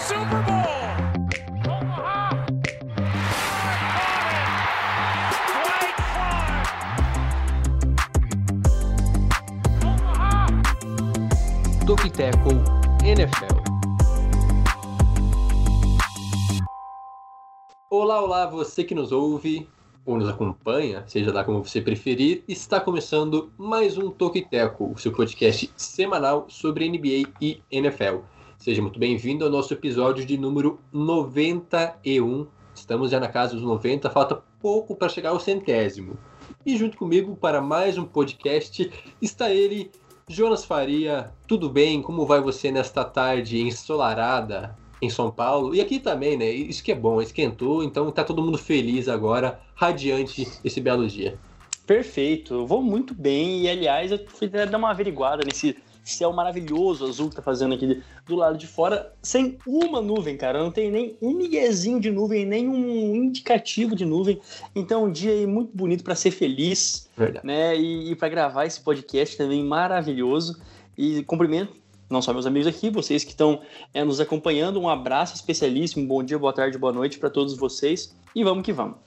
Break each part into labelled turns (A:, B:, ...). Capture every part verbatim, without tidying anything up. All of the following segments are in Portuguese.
A: Super Bowl. Omaha. Dwight Clark. Omaha.
B: Toque Tackle N F L. Olá, olá, você que nos ouve ou nos acompanha, seja lá como você preferir, está começando mais um Toque Tackle, o seu podcast semanal sobre N B A e N F L. Seja muito bem-vindo ao nosso episódio de número noventa e um. Estamos já na casa dos noventa, falta pouco para chegar ao centésimo. E junto comigo, para mais um podcast, está ele, Jonas Faria. Tudo bem? Como vai você nesta tarde ensolarada em São Paulo? E aqui também, né? Isso que é bom, esquentou, então tá todo mundo feliz agora, radiante esse belo dia.
C: Perfeito, eu vou muito bem e, aliás, eu fui dar uma averiguada nesse céu maravilhoso azul que tá fazendo aqui do lado de fora, sem uma nuvem, cara, não tem nem um miguezinho de nuvem, nem um indicativo de nuvem, então um dia aí muito bonito para ser feliz,
B: Verdade.
C: Né, e, e para gravar esse podcast também maravilhoso, e cumprimento não só meus amigos aqui, vocês que estão é, nos acompanhando, um abraço especialíssimo, bom dia, boa tarde, boa noite para todos vocês, e vamos que vamos.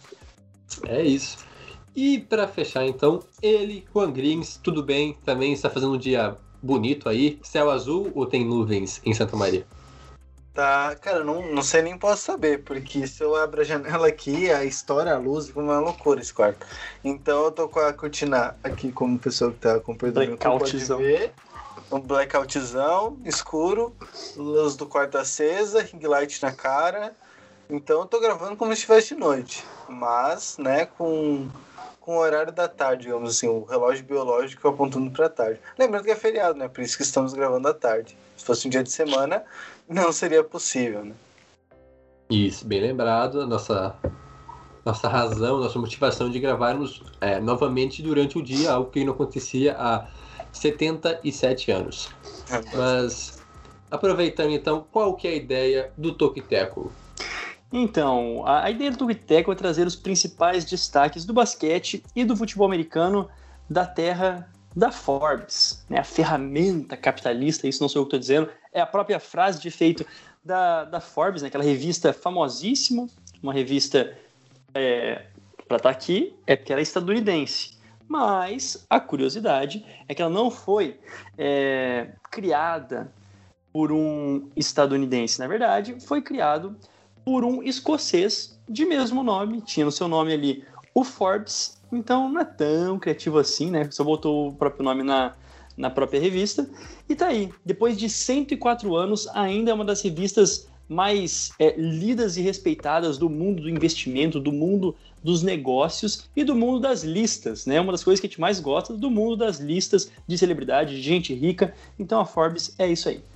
B: É isso. E para fechar então, ele, Juan Grins, tudo bem? Também está fazendo um dia bonito aí, céu azul ou tem nuvens em Santa Maria?
D: Tá, cara, não, não sei nem posso saber, porque se eu abro a janela aqui, a história, a luz, fica uma loucura esse quarto. Então eu tô com a cortina aqui, como pessoa que tá acompanhando, pode ver, um blackoutzão, escuro, luz do quarto acesa, ring light na cara. Então eu tô gravando como se estivesse de noite, mas, né, com, com o horário da tarde, digamos assim, o relógio biológico apontando pra tarde. Lembrando que é feriado, né, por isso que estamos gravando à tarde. Se fosse um dia de semana, não seria possível, né?
B: Isso, bem lembrado, a nossa, nossa razão, nossa motivação de gravarmos é, novamente durante o dia, algo que não acontecia há setenta e sete anos. Mas, aproveitando então, qual que é a ideia do Toque Tackle?
C: Então, a, a ideia do Toque Tackle é trazer os principais destaques do basquete e do futebol americano da terra da Forbes, né? A ferramenta capitalista, isso não sou eu que estou dizendo, é a própria frase de efeito da, da Forbes, né? Aquela revista famosíssima, uma revista, é, para estar aqui, é porque ela é estadunidense. Mas a curiosidade é que ela não foi é, criada por um estadunidense. Na verdade, foi criado por um escocês de mesmo nome. Tinha no seu nome ali o Forbes. Então não é tão criativo assim, né? Só botou o próprio nome na, na própria revista. E tá aí. Depois de cento e quatro anos, ainda é uma das revistas mais é, lidas e respeitadas do mundo do investimento, do mundo dos negócios e do mundo das listas, né? Uma das coisas que a gente mais gosta do mundo das listas de celebridade, de gente rica. Então a Forbes é isso aí.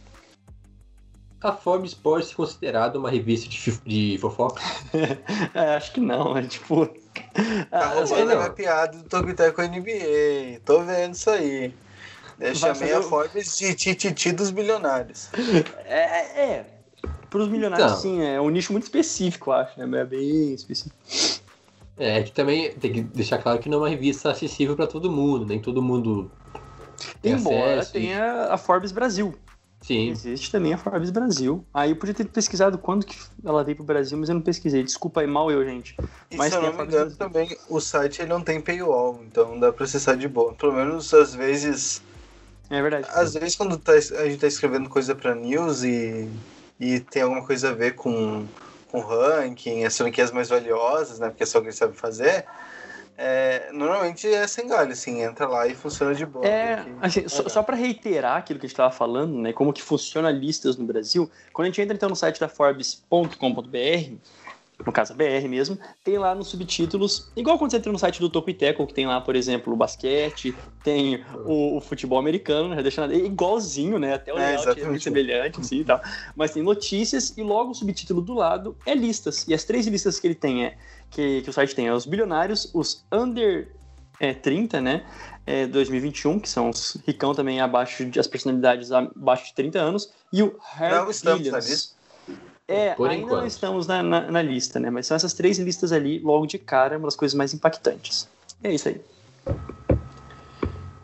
B: A Forbes pode ser considerada uma revista de, fif- de fofoca?
C: É, acho que não, é tipo...
D: Tá
C: Ah,
D: roubando
B: não.
D: a minha piada do Toque Tackle N B A, tô vendo isso aí. Eu
C: Vai
D: chamei
C: fazer
D: a
C: o-
D: Forbes de Tititi dos bilionários.
C: É, é. Para os milionários,
B: Então.
C: sim, é um nicho muito específico, eu acho, né? É bem específico.
B: É, que também tem que deixar claro que não é uma revista acessível para todo mundo, nem todo mundo tem
C: Embora
B: acesso. e-
C: tenha a Forbes Brasil.
B: Sim,
C: Existe também a Forbes Brasil. Aí eu podia ter pesquisado quando que ela veio pro Brasil, mas eu não pesquisei. Desculpa aí, mal eu, gente.
D: E
C: Mas
D: se eu
C: tem a
D: não me
C: Forbes
D: engano,
C: Brasil.
D: também o site ele não tem paywall, então dá pra acessar de boa. Pelo menos às vezes.
C: É verdade.
D: Às vezes quando tá, a gente tá escrevendo coisa pra news e, e tem alguma coisa a ver com, com ranking, as franquias mais valiosas, né? Porque é só o que eles sabem fazer. É, normalmente é sem galho, assim, entra lá e funciona de boa.
C: É,
D: porque-
C: assim, só, só para reiterar aquilo que a gente estava falando, né, como que funciona listas no Brasil, quando a gente entra então no site da Forbes ponto com ponto b r, no caso a B R mesmo, tem lá nos subtítulos, igual quando você entra no site do Toco e Teco, que tem lá, por exemplo, o basquete, tem o, o futebol americano, né, deixa nada, é igualzinho, né, até o
D: É,
C: layout é,
D: exatamente.
C: muito semelhante, assim, e tal, mas tem notícias e logo o subtítulo do lado é listas, e as três listas que ele tem é, que, que o site tem é os bilionários, os under é, trinta, né, é, dois mil e vinte e um, que são os ricão também abaixo de, as personalidades abaixo de trinta anos, e o Herb
D: Não estamos na
C: Williams.
D: lista.
C: É,
B: Por
C: ainda
B: enquanto.
C: não estamos na, na, na lista, né? Mas são essas três listas ali, logo de cara, uma das coisas mais impactantes. É isso aí.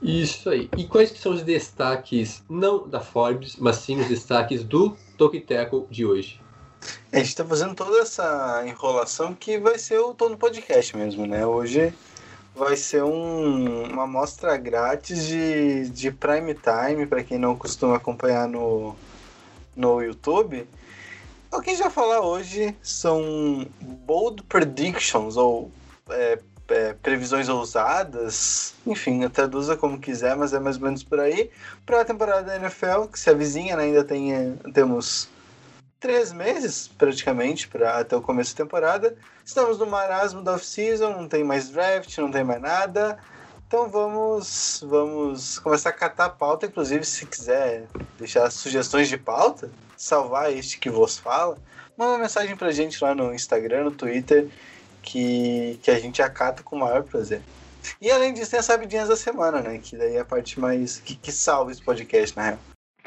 B: Isso aí. E quais que são os destaques, não da Forbes, mas sim os destaques do Toque Tackle de hoje?
D: A gente tá fazendo toda essa enrolação que vai ser o tom do podcast mesmo, né? Hoje vai ser um, uma amostra grátis de, de prime time, para quem não costuma acompanhar no, no YouTube. O que a gente vai falar hoje são bold predictions, ou é, é, previsões ousadas, enfim, traduza como quiser, mas é mais ou menos por aí, para a temporada da N F L, que se avizinha, né? Ainda tem, temos três meses, praticamente, para até o começo da temporada. Estamos no marasmo da off-season, não tem mais draft, não tem mais nada. Então vamos, vamos começar a catar a pauta. Inclusive, se quiser deixar sugestões de pauta, salvar este que vos fala, manda uma mensagem pra gente lá no Instagram, no Twitter, que, que a gente acata com o maior prazer. E além disso, tem as sabidinhas da semana, né? Que daí é a parte mais... que, que salva esse podcast, na real.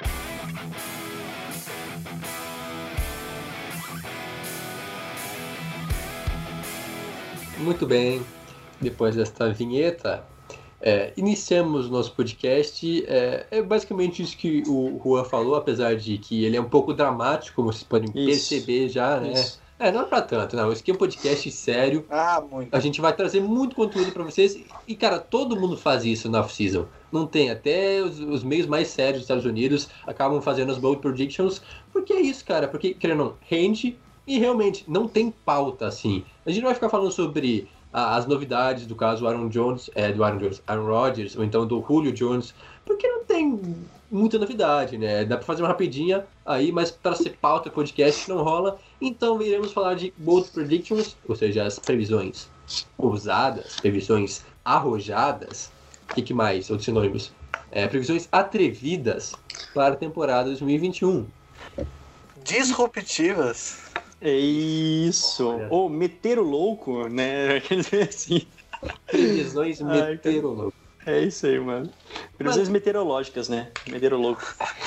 B: Muito bem, depois desta vinheta, é, iniciamos o nosso podcast. É, é basicamente isso que o Juan falou, apesar de que ele é um pouco dramático, como vocês podem isso, perceber já, né? Isso. É, não é pra tanto, não. Esse aqui é um podcast sério.
D: Ah, muito.
B: A gente vai trazer muito conteúdo pra vocês. E, cara, todo mundo faz isso na off-season. Não tem, até os, os meios mais sérios dos Estados Unidos acabam fazendo as bold predictions. Porque é isso, cara. Porque, querendo ou não, rende. E realmente, não tem pauta, assim. A gente não vai ficar falando sobre ah, as novidades do caso Aaron Jones, é, do Aaron Jones, Aaron Rodgers, ou então do Julio Jones, porque não tem muita novidade, né? Dá pra fazer uma rapidinha aí, mas para ser pauta podcast não rola. Então, iremos falar de bold predictions, ou seja, as previsões ousadas, previsões arrojadas. O que, que mais? Outros sinônimos. É, previsões atrevidas para a temporada dois mil e vinte e um.
D: Disruptivas.
C: É isso. Ou oh, meter o louco, né? Quer dizer assim.
B: Previsões meter o louco.
C: É isso aí, mano. Previsões Mas... meteorológicas, né? Meter o louco.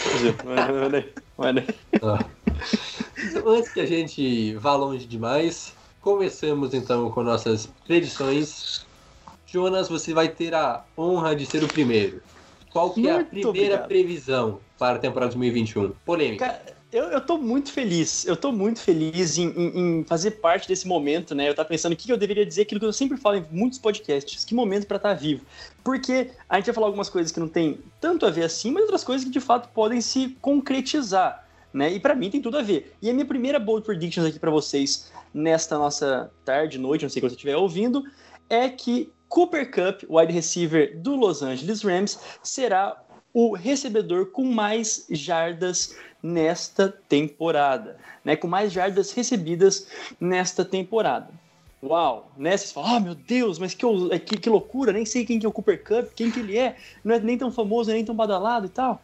C: Olha aí.
B: Ah. Então, antes que a gente vá longe demais, começamos então com nossas predições. Jonas, você vai ter a honra de ser o primeiro. Qual que é a primeira obrigado. previsão para a temporada dois mil e vinte e um? Polêmica.
C: Cara, eu, eu tô muito feliz. Eu tô muito feliz em, em, em fazer parte desse momento, né? Eu tava pensando o que eu deveria dizer, aquilo que eu sempre falo em muitos podcasts. Que momento pra estar vivo. Porque a gente vai falar algumas coisas que não tem tanto a ver assim, mas outras coisas que de fato podem se concretizar, né? E pra mim tem tudo a ver. E a minha primeira bold predictions aqui pra vocês nesta nossa tarde, noite, não sei quando você estiver ouvindo, é que Cooper Kupp, wide receiver do Los Angeles Rams, será o recebedor com mais jardas nesta temporada, né? Com mais jardas recebidas nesta temporada. Uau, né? Vocês falam, oh meu Deus, mas que, que, que loucura, nem sei quem que é o Cooper Kupp, quem que ele é, não é nem tão famoso, nem tão badalado e tal.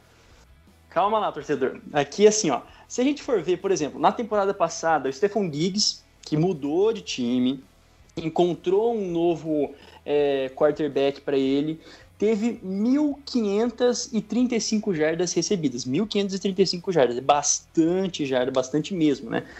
C: Calma lá, torcedor. Aqui, assim, ó, se a gente for ver, por exemplo, na temporada passada, o Stephon Diggs, que mudou de time, encontrou um novo é, quarterback para ele, teve mil quinhentas e trinta e cinco jardas recebidas. mil quinhentas e trinta e cinco jardas, é bastante jarda, bastante mesmo, né?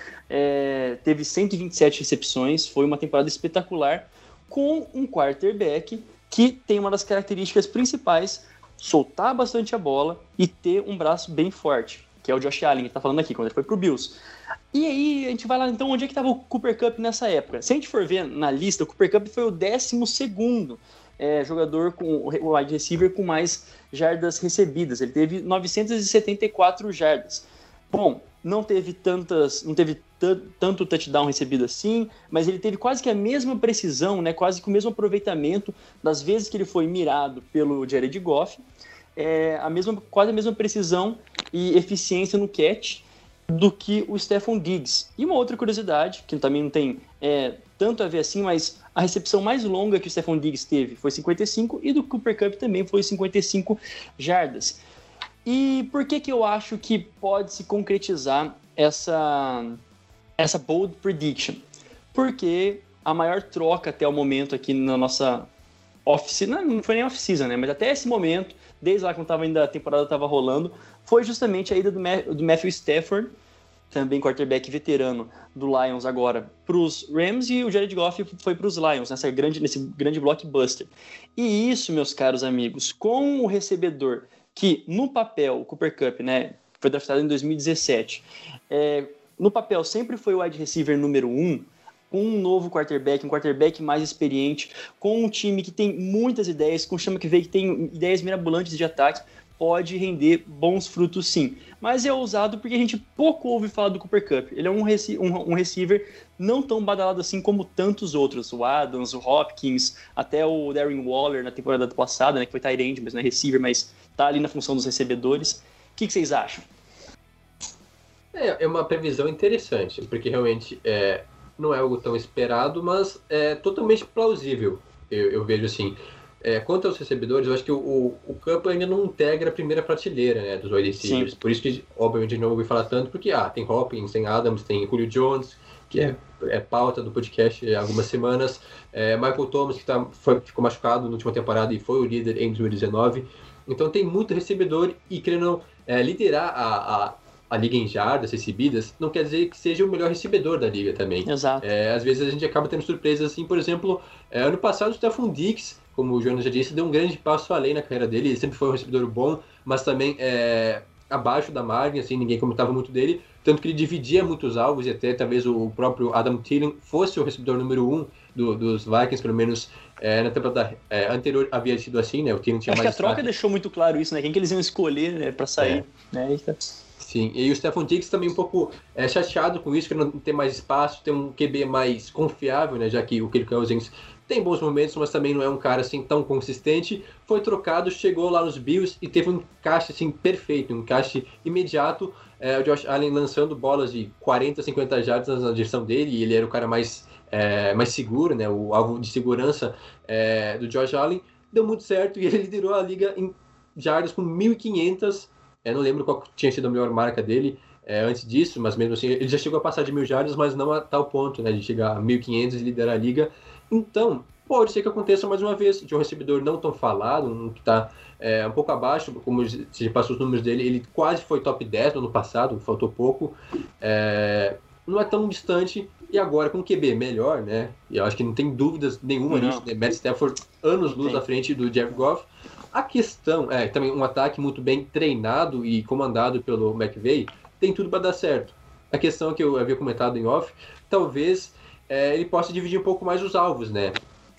C: É, teve cento e vinte e sete recepções, foi uma temporada espetacular, com um quarterback que tem uma das características principais, soltar bastante a bola e ter um braço bem forte, que é o Josh Allen, que tá falando aqui, quando ele foi pro Bills. E aí, a gente vai lá, então, onde é que estava o Cooper Kupp nessa época? Se a gente for ver na lista, o Cooper Kupp foi o décimo segundo é, jogador, com o wide receiver com mais jardas recebidas. Ele teve novecentas e setenta e quatro jardas. Bom, não teve tantas, não teve t- tanto touchdown recebido assim, mas ele teve quase que a mesma precisão, né, quase que o mesmo aproveitamento das vezes que ele foi mirado pelo Jared Goff, é, a mesma, quase a mesma precisão e eficiência no catch do que o Stephon Diggs. E uma outra curiosidade, que também não tem é, tanto a ver assim, mas a recepção mais longa que o Stephon Diggs teve foi cinquenta e cinco e do Cooper Kupp também foi cinquenta e cinco jardas. E por que que eu acho que pode se concretizar essa, essa bold prediction? Porque a maior troca até o momento aqui na nossa off-season, não foi nem off-season, né? Mas até esse momento, desde lá quando tava ainda, a temporada estava rolando, foi justamente a ida do, Ma- do Matthew Stafford também quarterback veterano do Lions agora, para os Rams, e o Jared Goff foi para os Lions, nessa grande, nesse grande blockbuster. E isso, meus caros amigos, com o recebedor que, no papel, o Cooper Kupp, né, foi draftado em dois mil e dezessete, é, no papel sempre foi o wide receiver número um, com um novo quarterback, um quarterback mais experiente, com um time que tem muitas ideias, com um chama que veio que tem ideias mirabolantes de ataque, pode render bons frutos sim. Mas é ousado porque a gente pouco ouve falar do Cooper Kupp. Ele é um, rec- um, um receiver não tão badalado assim como tantos outros. O Adams, o Hopkins, até o Darren Waller na temporada passada, né, que foi tight end, mas não é receiver, mas tá ali na função dos recebedores. O que, que vocês acham?
B: É, é uma previsão interessante, porque realmente é, não é algo tão esperado, mas é totalmente plausível, eu, eu vejo assim. É, quanto aos recebedores, eu acho que o, o, o campo ainda não integra a primeira prateleira, né, dos wide receivers. Sim. Por isso que, obviamente, a gente não ouve falar tanto, porque ah, tem Hopkins, tem Adams, tem Julio Jones, que é, é pauta do podcast há algumas semanas. É, Michael Thomas, que tá, foi, ficou machucado na última temporada e foi o líder em dois mil e dezenove. Então tem muito recebedor e querendo é, liderar a, a, a liga em jardas recebidas, não quer dizer que seja o melhor recebedor da liga também.
C: Exato.
B: É, às vezes a gente acaba tendo surpresas assim, por exemplo, é, ano passado o Stephon Diggs, como o Jonas já disse, deu um grande passo além na carreira dele. Ele sempre foi um recebedor bom, mas também é, abaixo da margem, assim, ninguém comentava muito dele. Tanto que ele dividia muitos alvos e até talvez o próprio Adam Thielen fosse o recebedor número um do, dos Vikings, pelo menos é, na temporada é, anterior havia sido assim, né? O Thielen tinha
C: Acho
B: mais
C: que a troca
B: destaque.
C: Deixou muito claro isso, né? Quem que eles iam escolher, né, pra sair. É. Né? Eita.
B: Sim, e o Stephon Diggs também um pouco é, chateado com isso, que não tem mais espaço, tem um Q B mais confiável, né? Já que o Kirk Cousins tem bons momentos, mas também não é um cara assim tão consistente. Foi trocado, chegou lá nos Bills e teve um encaixe assim perfeito, um encaixe imediato. É, o Josh Allen lançando bolas de quarenta, cinquenta jardas na direção dele, e ele era o cara mais, é, mais seguro, né? O alvo de segurança é, do Josh Allen. Deu muito certo e ele liderou a liga em jardas com mil e quinhentas. Eu não lembro qual tinha sido a melhor marca dele é, antes disso, mas mesmo assim ele já chegou a passar de mil jardas, mas não a tal ponto, né, de chegar a mil e quinhentos e liderar a liga. Então, pode ser que aconteça mais uma vez, de um recebedor não tão falado, um que está é, um pouco abaixo, como se passou os números dele, ele quase foi top dez no ano passado, faltou pouco, é, não é tão distante, e agora com o Q B melhor, né, e eu acho que não tem dúvidas nenhuma nisso, né, Matt Stafford anos luz à frente do Jared Goff. A questão é também um ataque muito bem treinado e comandado pelo McVay, tem tudo para dar certo. A questão que eu havia comentado em off, talvez é, ele possa dividir um pouco mais os alvos, né?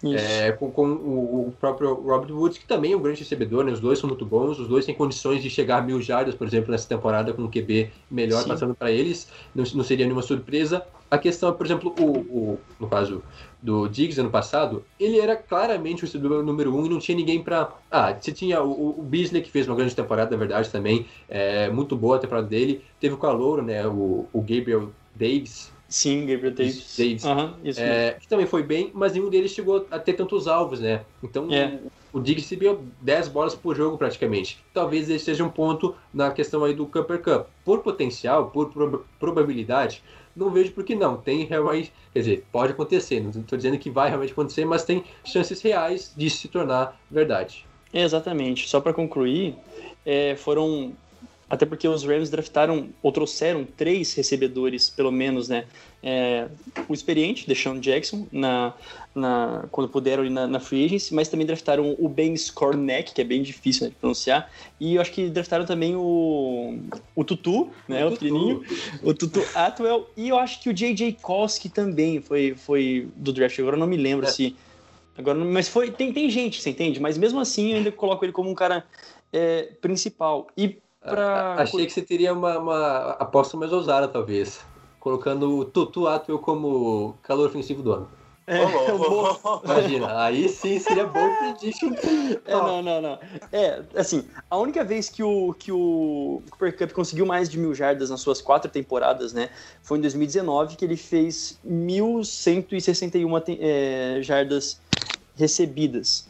B: É, com, com o, o próprio Robert Woods, que também é um grande recebedor, né? Os dois são muito bons, os dois têm condições de chegar a mil jardas, por exemplo, nessa temporada com um Q B melhor. Sim. Passando para eles, não, não seria nenhuma surpresa. A questão é, por exemplo, o, o, no caso do Diggs ano passado, ele era claramente o recebedor número um e não tinha ninguém para... Ah, você tinha o, o Beasley, que fez uma grande temporada, na verdade, também, é, muito boa a temporada dele. Teve o calouro, né? O, o Gabriel Davis.
C: Sim, Gabriel Davis.
B: Davis.
C: Uhum, isso
B: é, que também foi bem, mas nenhum deles chegou a ter tantos alvos, né? Então, é. o, o Diggs recebeu dez bolas por jogo, praticamente. Talvez esse seja um ponto na questão aí do Cooper Kupp. Por potencial, por prob- probabilidade, não vejo por que não. Tem realmente... Quer dizer, pode acontecer. Não estou dizendo que vai realmente acontecer, mas tem chances reais de se tornar verdade.
C: Exatamente. Só para concluir, é, foram... Até porque os Rams draftaram, ou trouxeram três recebedores, pelo menos, né? É, o experiente, DeSean Jackson, na, na, quando puderam ali na, na Free Agency, mas também draftaram o Ben Skornek, que é bem difícil, né, de pronunciar, e eu acho que draftaram também o, o Tutu, né? O, o pequenininho, o Tutu Atwell, e eu acho que o J J Koski também foi, foi do draft, agora eu não me lembro é. se... Agora, mas foi, tem, tem gente, você entende? Mas mesmo assim eu ainda coloco ele como um cara é, principal. E Pra...
B: Achei que você teria uma, uma aposta mais ousada, talvez. Colocando o Tutu Atwell como calor ofensivo do ano.
C: É,
B: oh, imagina, aí sim seria bom prediction.
C: É, não, não, não. É, assim, a única vez que o, que o Cooper Kupp conseguiu mais de mil jardas nas suas quatro temporadas, né, foi em dois mil e dezenove, que ele fez mil cento e sessenta e um é, jardas recebidas.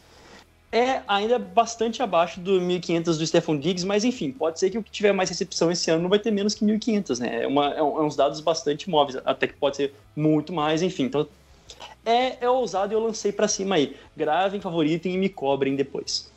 C: É ainda bastante abaixo do mil e quinhentos do Stephon Diggs, mas enfim, pode ser que o que tiver mais recepção esse ano não vai ter menos que mil e quinhentos, né? É, uma, é uns dados bastante móveis, até que pode ser muito mais, enfim. Então, é, é ousado e eu lancei pra cima aí. Gravem, favoritem e me cobrem depois.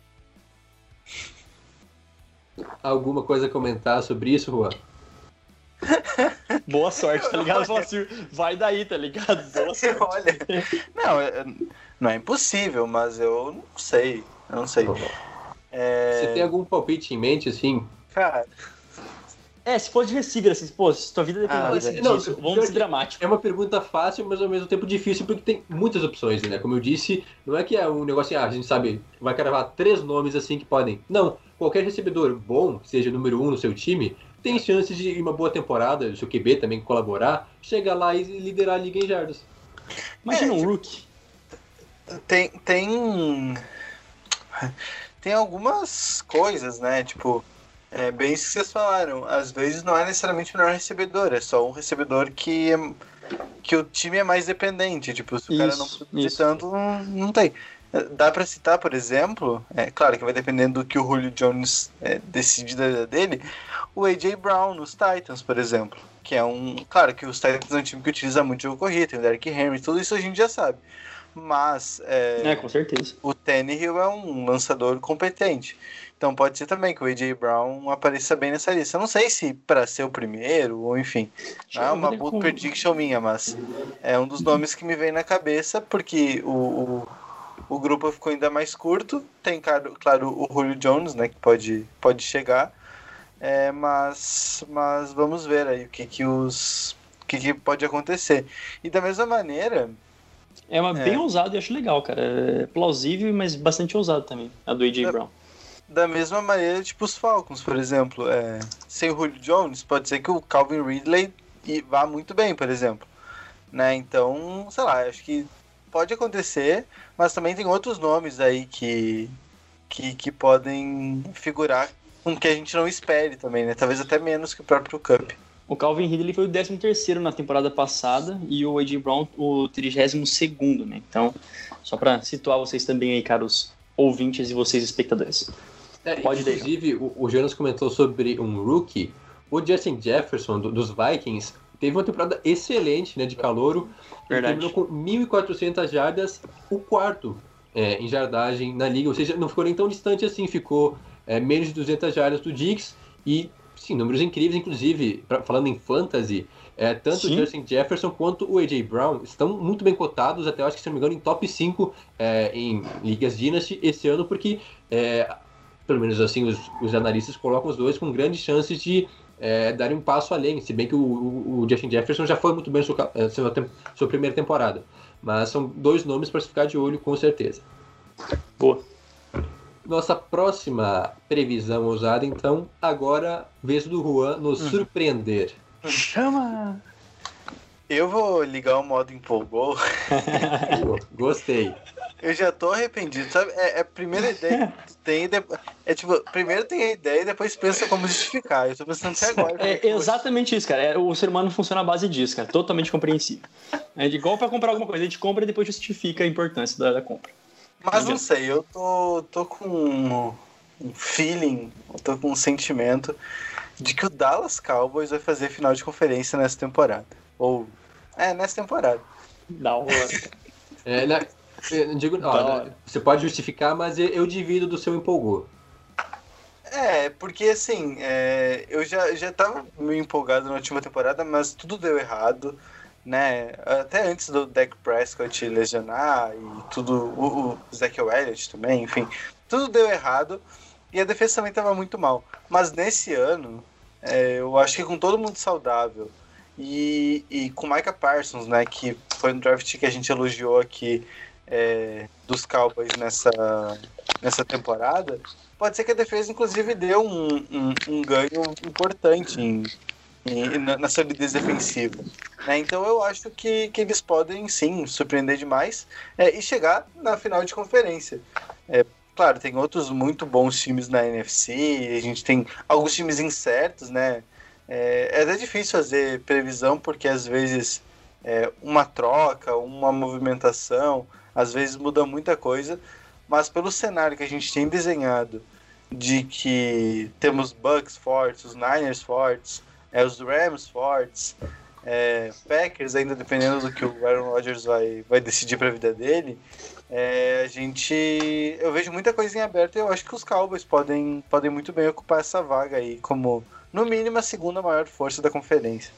B: Alguma coisa a comentar sobre isso, Juan?
C: Boa sorte, tá ligado? Fala assim, vai daí, tá ligado? Boa sorte.
D: Olha, não, é- não é impossível, mas eu não sei. Eu não sei. É,
B: Você tem algum palpite em mente, assim?
D: Cara,
C: É, se for de receiver, assim, pô, se tua vida depende
D: Ah,
C: desse,
B: mas- não,
C: disso,
B: pior
C: vamos ser
B: que-
C: dramático.
B: É uma pergunta fácil, mas ao mesmo tempo difícil, porque tem muitas opções, né? Como eu disse, não é que é um negócio assim, ah, a gente sabe, vai cravar três nomes assim que podem. Não, qualquer recebedor bom, seja número um no seu time, tem chances de ir uma boa temporada, o seu Q B também colaborar, chegar lá e liderar a liga em jardas.
C: Imagina
D: É,
C: um rookie.
D: tem, tem. Tem algumas coisas, né? Tipo, é bem isso que vocês falaram. Às vezes não é necessariamente o melhor recebedor, é só um recebedor que, é- que o time é mais dependente. Tipo, se o cara não
C: Isso,
D: produzir
C: isso.
D: tanto, não, não tem. Dá pra citar, por exemplo, é claro que vai dependendo do que o Julio Jones é, decide da vida dele, o A J Brown nos Titans, por exemplo. Que é um. Claro que os Titans é um time que utiliza muito jogo corrido, tem o Derrick Henry, tudo isso a gente já sabe. Mas é,
C: É, com certeza.
D: o Tannehill é um lançador competente. Então pode ser também que o A J Brown apareça bem nessa lista. Eu não sei se para ser o primeiro, ou enfim. Não é uma bold prediction minha, mas é um dos nomes que me vem na cabeça, porque o, o, o grupo ficou ainda mais curto. Tem, claro, claro, o Julio Jones, né, que pode, pode chegar. É, mas, mas vamos ver aí o que, que, os, o que, que pode acontecer. E da mesma maneira...
C: É uma
D: É.
C: bem ousado e acho legal, cara. É plausível, mas bastante ousado também, a do A J
D: É.
C: Brown.
D: Da mesma maneira, tipo os Falcons, por exemplo. É, sem o Julio Jones, pode ser que o Calvin Ridley e- vá muito bem, por exemplo. Né? Então, sei lá, acho que pode acontecer, mas também tem outros nomes aí que, que, que podem figurar com que a gente não espere também, né? Talvez até menos que o próprio Cup.
C: O Calvin Ridley foi o décimo terceiro na temporada passada e o A J Brown o trigésimo segundo, né? Então, só pra situar vocês também aí, caros ouvintes e vocês espectadores.
B: É,
C: Pode ir,
B: inclusive, o, o Jonas comentou sobre um rookie. O Justin Jefferson, do- dos Vikings, teve uma temporada excelente, né, de calouro. Ele
C: Verdade.
B: terminou com mil e quatrocentas jardas, o quarto é, em jardagem na liga. Ou seja, não ficou nem tão distante assim. Ficou é, menos de duzentas jardas do Diggs. E, sim, números incríveis. Inclusive, pra- falando em fantasy, é, tanto
C: Sim.
B: o Justin Jefferson quanto o A J Brown estão muito bem cotados. Até eu acho que, se não me engano, em top cinco é, em ligas Dynasty esse ano. Porque... É, pelo menos assim, os, os analistas colocam os dois com grandes chances de é, darem um passo além, se bem que o, o, o Justin Jefferson já foi muito bem sua, sua, sua primeira temporada. Mas são dois nomes para se ficar de olho, com certeza.
C: Boa.
B: Nossa próxima previsão ousada, então, agora, vez do Juan nos surpreender.
C: Chama!
D: Eu vou ligar o modo empolgou.
B: Pô, gostei.
D: Eu já tô arrependido, sabe? É, é a primeira ideia que tu tem, e depois, é tipo, primeiro tem a ideia e depois pensa como justificar. Eu tô pensando até agora. como é que
C: É
D: eu vou-
C: exatamente isso, cara. É, o ser humano funciona à base disso, cara. Totalmente compreensível. É igual pra comprar alguma coisa. A gente compra e depois justifica a importância da, da compra.
D: Mas não sei, eu tô, tô com um um feeling, eu tô com um sentimento de que o Dallas Cowboys vai fazer final de conferência nessa temporada. Ou, é, nessa temporada.
C: Da hora.
B: É, na- eu digo, ó,
C: Da
B: né,
C: hora.
B: você pode justificar, mas eu, eu divido do seu empolgou.
D: É, porque assim, é, eu já, já tava meio empolgado na última temporada, mas tudo deu errado, né? Até antes do Dak Prescott lesionar e tudo, o, o Ezekiel Elliott também, enfim, tudo deu errado e a defesa também tava muito mal. Mas nesse ano, é, eu acho que com todo mundo saudável e, e com Micah Parsons, né, que foi um draft que a gente elogiou aqui é, dos Cowboys nessa, nessa temporada, pode ser que a defesa, inclusive, deu um, um, um ganho importante em, em- na, na solidez defensiva. Né? Então eu acho que, que eles podem, sim, surpreender demais é, e chegar na final de conferência. É, claro, tem outros muito bons times na N F C, a gente tem alguns times incertos, né? É, é até difícil fazer previsão, porque às vezes é, uma troca, uma movimentação, às vezes muda muita coisa, mas pelo cenário que a gente tem desenhado, de que temos Bucks fortes, os Niners fortes, é, os Rams fortes, é, Packers ainda dependendo do que o Aaron Rodgers vai, vai decidir para a vida dele, é, a gente, eu vejo muita coisa em aberto e eu acho que os Cowboys podem, podem muito bem ocupar essa vaga aí como no mínimo, a segunda maior força da conferência.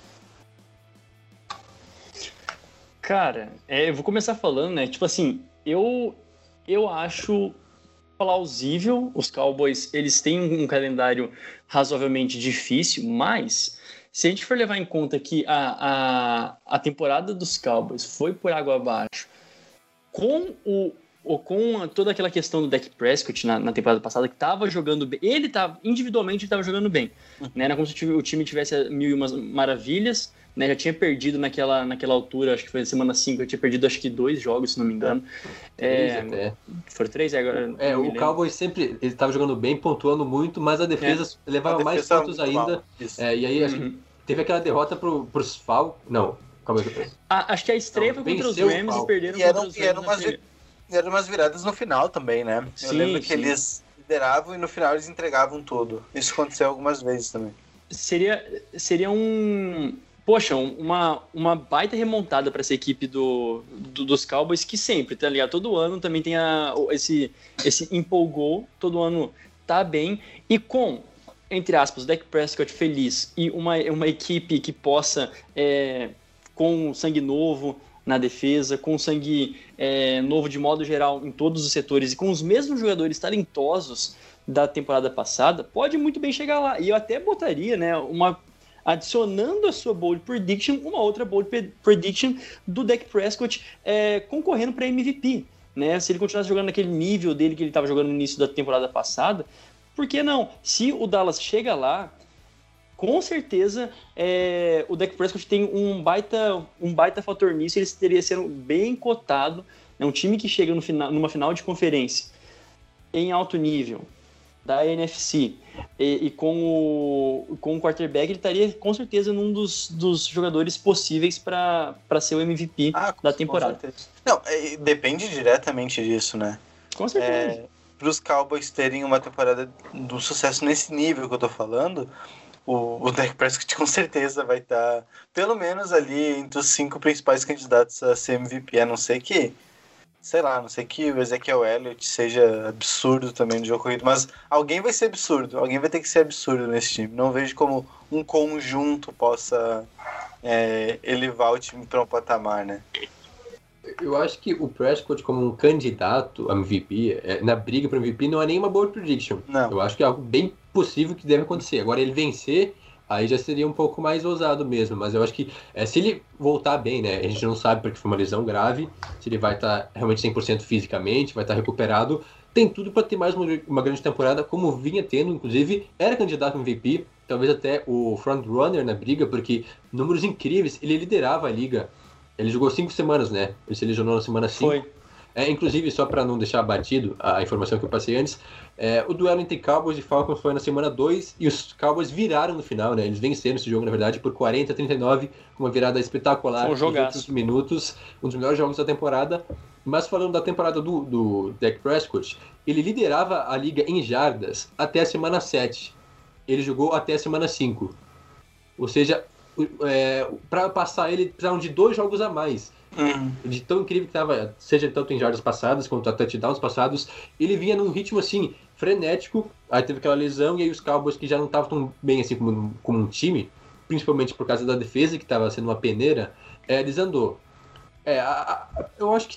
C: Cara, é, eu vou começar falando, né? Tipo assim, eu, eu acho plausível. Os Cowboys, eles têm um calendário razoavelmente difícil, mas se a gente for levar em conta que a, a, a temporada dos Cowboys foi por água abaixo, com o ou com toda aquela questão do Dak Prescott na, na temporada passada, que estava jogando bem, ele estava, individualmente, estava jogando bem, né? Era como se o time tivesse mil e umas maravilhas, né? Já tinha perdido naquela, naquela altura, acho que foi na semana cinco, eu tinha perdido acho que dois jogos, se não me engano.
B: Três
C: é,
B: até.
C: Foram três? É, agora,
B: é o Cowboys sempre, ele estava jogando bem, pontuando muito, mas a defesa é. levava a defesa mais pontos ainda, é, e aí uhum. acho que teve aquela derrota pro, pros Falcons, não, calma aí.
C: Ah, acho que a estreia não, foi contra os Rams e perderam
D: e eram,
C: contra os
D: Rams. E eram umas, eram umas viradas no final também, né?
C: Sim,
D: eu lembro
C: sim.
D: que eles lideravam e no final eles entregavam tudo. Isso aconteceu algumas vezes também.
C: Seria, seria um... Poxa, uma, uma baita remontada para essa equipe do, do, dos Cowboys, que sempre, tá ligado? Todo ano também tem a, esse, esse empolgou, todo ano tá bem, e com, entre aspas, Dak Prescott feliz e uma, uma equipe que possa, é, com sangue novo na defesa, com sangue é, novo de modo geral em todos os setores, e com os mesmos jogadores talentosos da temporada passada, pode muito bem chegar lá. E eu até botaria, né, uma... adicionando a sua bold prediction, uma outra bold prediction do Dak Prescott é, concorrendo para M V P, né? Se ele continuasse jogando naquele nível dele que ele estava jogando no início da temporada passada, por que não? Se o Dallas chega lá, com certeza é, o Dak Prescott tem um baita, um baita fator nisso, ele teria sendo bem cotado, é um time que chega no final, numa final de conferência em alto nível da N F C e, e com, o, com o quarterback, ele estaria com certeza num dos, dos jogadores possíveis para ser o M V P
D: ah,
C: da temporada.
D: Não, é, depende diretamente disso, né?
C: Com certeza.
D: É, para os Cowboys terem uma temporada do sucesso nesse nível que eu tô falando, o, o Dak Prescott com certeza vai estar pelo menos ali entre os cinco principais candidatos a ser M V P, a não ser que sei lá, a não sei que o Ezekiel Elliott seja absurdo também no jogo corrido, mas alguém vai ser absurdo, alguém vai ter que ser absurdo nesse time. Não vejo como um conjunto possa é, elevar o time para um patamar, né?
B: Eu acho que o Prescott como um candidato a M V P, é, na briga para M V P, não é nenhuma bold prediction.
D: Não.
B: Eu acho que é algo bem possível que deve acontecer. Agora, ele vencer, aí já seria um pouco mais ousado mesmo, mas eu acho que é, se ele voltar bem, né, a gente não sabe porque foi uma lesão grave, se ele vai estar realmente cem por cento fisicamente, vai estar recuperado, tem tudo para ter mais uma, uma grande temporada, como vinha tendo, inclusive, era candidato a M V P, talvez até o frontrunner na briga, porque números incríveis, ele liderava a liga, ele jogou cinco semanas, né, ele se lesionou na semana cinco.
C: Foi.
B: É, inclusive, só para não deixar batido a informação que eu passei antes, é, o duelo entre Cowboys e Falcons foi na semana dois e os Cowboys viraram no final, né? Eles venceram esse jogo, na verdade, por quarenta a trinta e nove, com uma virada espetacular
C: um
B: nos últimos minutos, um dos melhores jogos da temporada. Mas falando da temporada do, do Dak Prescott, ele liderava a liga em jardas até a semana sete. Ele jogou até a semana cinco. Ou seja, é, para passar ele, precisavam de dois jogos a mais.
D: Uhum.
B: De tão incrível que estava, seja tanto em jardas passadas quanto a touchdowns passados, ele vinha num ritmo assim, frenético. Aí teve aquela lesão e aí os Cowboys, que já não estavam tão bem assim como, como um time, principalmente por causa da defesa, que estava sendo uma peneira, é, desandou. É, a, a, eu acho que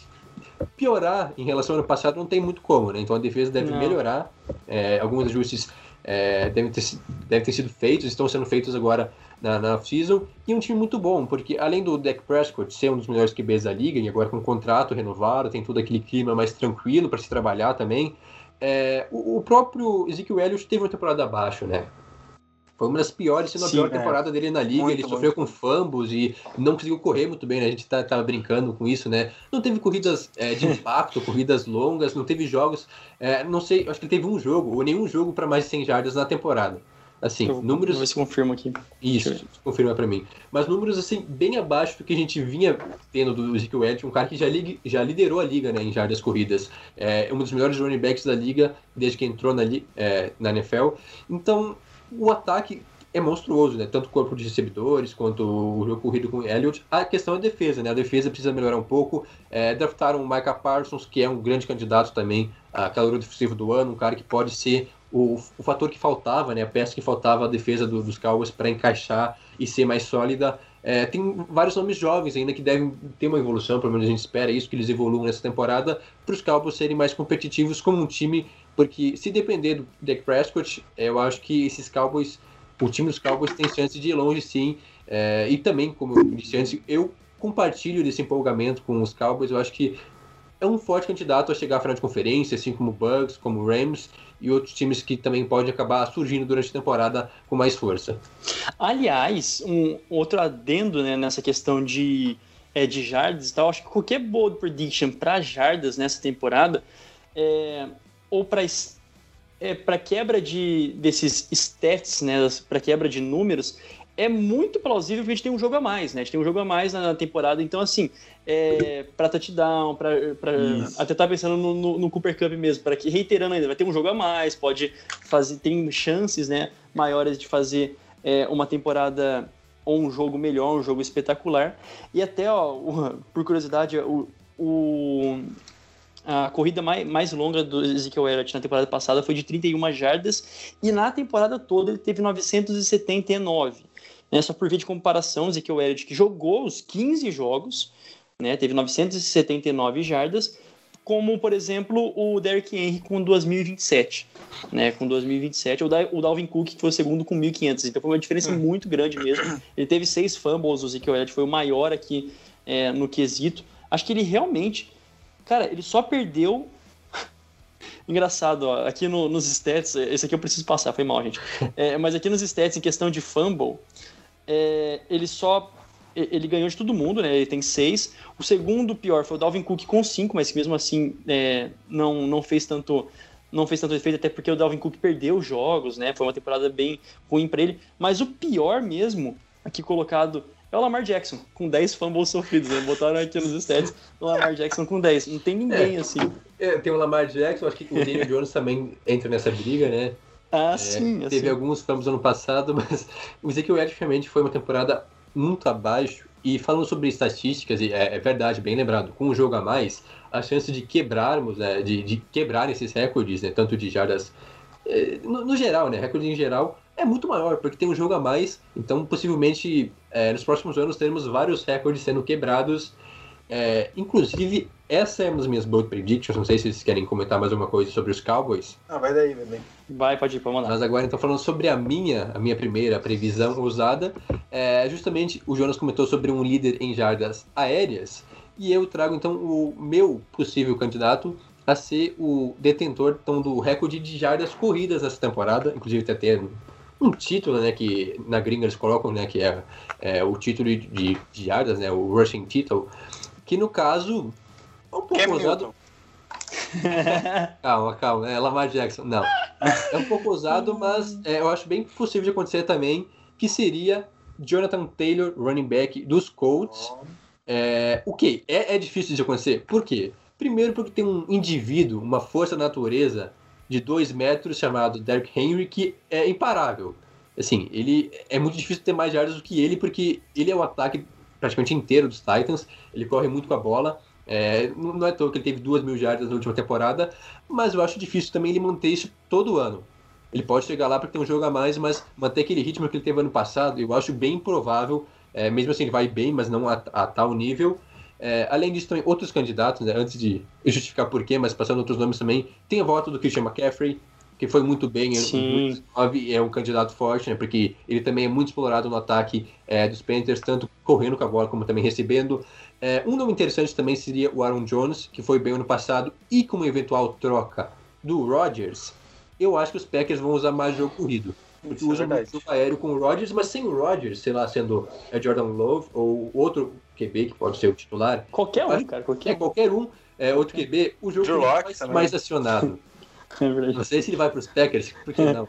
B: piorar em relação ao ano passado não tem muito como, né? Então a defesa deve
C: não.
B: melhorar, é, alguns ajustes é, devem, ter, devem ter sido feitos, estão sendo feitos agora na, na off-season, e um time muito bom, porque além do Dak Prescott ser um dos melhores Q Bs da liga, e agora com um contrato renovado, tem todo aquele clima mais tranquilo para se trabalhar também, é, o, o próprio Ezekiel Elliott teve uma temporada abaixo, né? Foi uma das piores, se não a
C: Sim,
B: pior
C: é.
B: temporada dele na liga.
D: Muito,
B: ele sofreu
D: muito.
B: com fumbles e não conseguiu correr muito bem, né? A gente tá, tava brincando com isso, né? Não teve corridas é, de impacto, corridas longas, não teve jogos. É, não sei, acho que ele teve um jogo, ou nenhum jogo para mais de cem jardas na temporada. Assim,
C: Eu,
B: números.
C: Vou ver se confirma aqui.
B: Isso, confirma pra mim. Mas números, assim, bem abaixo do que a gente vinha tendo do Ezekiel Elliott, um cara que já, liga, já liderou a liga, né, em jardas corridas. É um dos melhores running backs da liga desde que entrou na, é, na N F L. Então, o ataque é monstruoso, né? Tanto o corpo de recebedores quanto o jogo corrido com o Elliott. A questão é a defesa, né? A defesa precisa melhorar um pouco. É, draftaram o Micah Parsons, que é um grande candidato também a calor defensivo do ano, um cara que pode ser o, o fator que faltava, né, a peça que faltava a defesa do, dos Cowboys para encaixar e ser mais sólida. É, tem vários nomes jovens ainda que devem ter uma evolução, pelo menos a gente espera isso, que eles evoluam nessa temporada, para os Cowboys serem mais competitivos como um time, porque se depender do Dak Prescott, eu acho que esses Cowboys, o time dos Cowboys tem chance de ir longe sim, é, e também, como eu disse antes, eu compartilho desse empolgamento com os Cowboys, eu acho que é um forte candidato a chegar à final de conferência, assim como o Bucks, como o Rams e outros times que também podem acabar surgindo durante a temporada com mais força.
C: Aliás, um outro adendo, né, nessa questão de, é, de jardas e tal, acho que qualquer bold prediction para jardas nessa temporada, é, ou para é, para quebra de, desses stats, né, para quebra de números, é muito plausível que a gente tem um jogo a mais, né? A gente tem um jogo a mais na temporada, então assim, é, para touchdown, para até tá pensando no, no, no Cooper Cup mesmo, para que, reiterando ainda, vai ter um jogo a mais, pode fazer, tem chances, né, maiores de fazer é, uma temporada ou um jogo melhor, um jogo espetacular. E até, ó, por curiosidade, o, o a corrida mais, mais longa do Ezekiel Elliott na temporada passada foi de trinta e uma jardas, e na temporada toda ele teve novecentos e setenta e nove. Né, só por via de comparação, o Ezekiel Elliott, que jogou os quinze jogos, né, teve novecentos e setenta e nove jardas, como, por exemplo, o Derrick Henry com dois mil e vinte e sete. Né, com dois mil e vinte e sete, o, da, o Dalvin Cook, que foi o segundo, com mil e quinhentos. Então foi uma diferença hum. muito grande mesmo. Ele teve seis fumbles, o Ezekiel Elliott foi o maior aqui é, no quesito. Acho que ele realmente... Cara, ele só perdeu... Engraçado, ó, aqui no, nos stats, esse aqui eu preciso passar, foi mal, gente. É, mas aqui nos stats, em questão de fumble, é, ele só... Ele ganhou de todo mundo, né? Ele tem seis. O segundo pior foi o Dalvin Cook com cinco, mas que mesmo assim é, não, não fez tanto... Não fez tanto efeito, até porque o Dalvin Cook perdeu os jogos, né? Foi uma temporada bem ruim para ele. Mas o pior mesmo, aqui colocado... É o Lamar Jackson, com dez fumbles sofridos, né? Botaram aqui nos stats o Lamar Jackson com dez. Não tem ninguém é, assim.
B: É, tem o Lamar Jackson, acho que o Daniel Jones também entra nessa briga, né?
C: Ah,
B: é,
C: sim.
B: Teve assim. alguns fumbles ano passado, mas o Ezekiel Elliott realmente foi uma temporada muito abaixo. E falando sobre estatísticas, é, é verdade, bem lembrado, com um jogo a mais, a chance de quebrarmos, né, de, de quebrar esses recordes, né, tanto de jardas, é, no, no geral, né, recorde em geral, é muito maior, porque tem um jogo a mais, então possivelmente é, nos próximos anos teremos vários recordes sendo quebrados. É, inclusive, essa é uma das minhas bold predictions, não sei se vocês querem comentar mais alguma coisa sobre os Cowboys.
D: Ah, vai daí, vai daí.
C: Vai, pode ir, pode mandar.
B: Mas agora, então, falando sobre a minha, a minha primeira previsão ousada, é, justamente o Jonas comentou sobre um líder em jardas aéreas, e eu trago, então, o meu possível candidato a ser o detentor, então, do recorde de jardas corridas nessa temporada, inclusive até ter um título, né, que na gringa eles colocam, né, que é, é o título de, de jardas, né, o rushing title, que no caso é um pouco
D: Cam
B: ousado. calma, calma, é Lamar Jackson, não. É um pouco ousado, mas é, eu acho bem possível de acontecer também, que seria Jonathan Taylor, running back dos Colts. É, o que? É, é difícil de acontecer. Por quê? Primeiro porque tem um indivíduo, uma força da natureza de dois metros chamado Derrick Henry, que é imparável. Assim, ele é muito difícil ter mais jardas do que ele, porque ele é o ataque praticamente inteiro dos Titans, ele corre muito com a bola, é, não é à toa que ele teve duas mil jardas na última temporada, mas eu acho difícil também ele manter isso todo ano. Ele pode chegar lá porque tem um jogo a mais, mas manter aquele ritmo que ele teve ano passado, eu acho bem improvável, é, mesmo assim ele vai bem, mas não a, a tal nível. É, além disso, também outros candidatos, né, antes de justificar porquê, mas passando outros nomes também, tem a volta do Christian McCaffrey, que foi muito bem em dois mil e dezenove, é um candidato forte, né, porque ele também é muito explorado no ataque é, dos Panthers, tanto correndo com a bola como também recebendo. É, um nome interessante também seria o Aaron Jones, que foi bem ano passado, e com uma eventual troca do Rodgers, eu acho que os Packers vão usar mais jogo corrido. Porque
D: Isso
B: usam
D: é
B: muito jogo aéreo com o Rodgers, mas sem o Rodgers, sei lá, sendo a Jordan Love ou outro Q B que pode ser o titular.
C: Qualquer um,
B: acho,
C: cara, qualquer
B: é,
C: um.
B: qualquer um, é, outro Q B, o jogo vai ser mais acionado.
C: É verdade.
B: Não sei se ele vai para os Packers, por que não?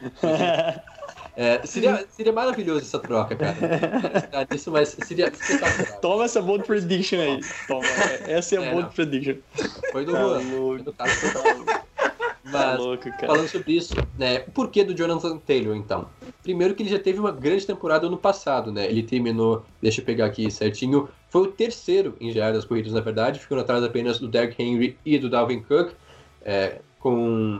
B: É, seria, seria maravilhoso essa troca, cara. Isso, mas seria espetacular.
C: Toma essa bold prediction aí. Toma. Essa é a
B: É,
C: bold
B: não.
C: prediction.
B: Foi do
C: Tá
B: Juan.
C: louco.
B: Foi do caso total. Mas,
C: Tá louco, cara.
B: falando sobre isso, né, o porquê do Jonathan Taylor, então? Primeiro que ele já teve uma grande temporada no passado, né? Ele terminou, deixa eu pegar aqui certinho, foi o terceiro em jardas corridas, na verdade, ficando atrás apenas do Derrick Henry e do Dalvin Cook, é, com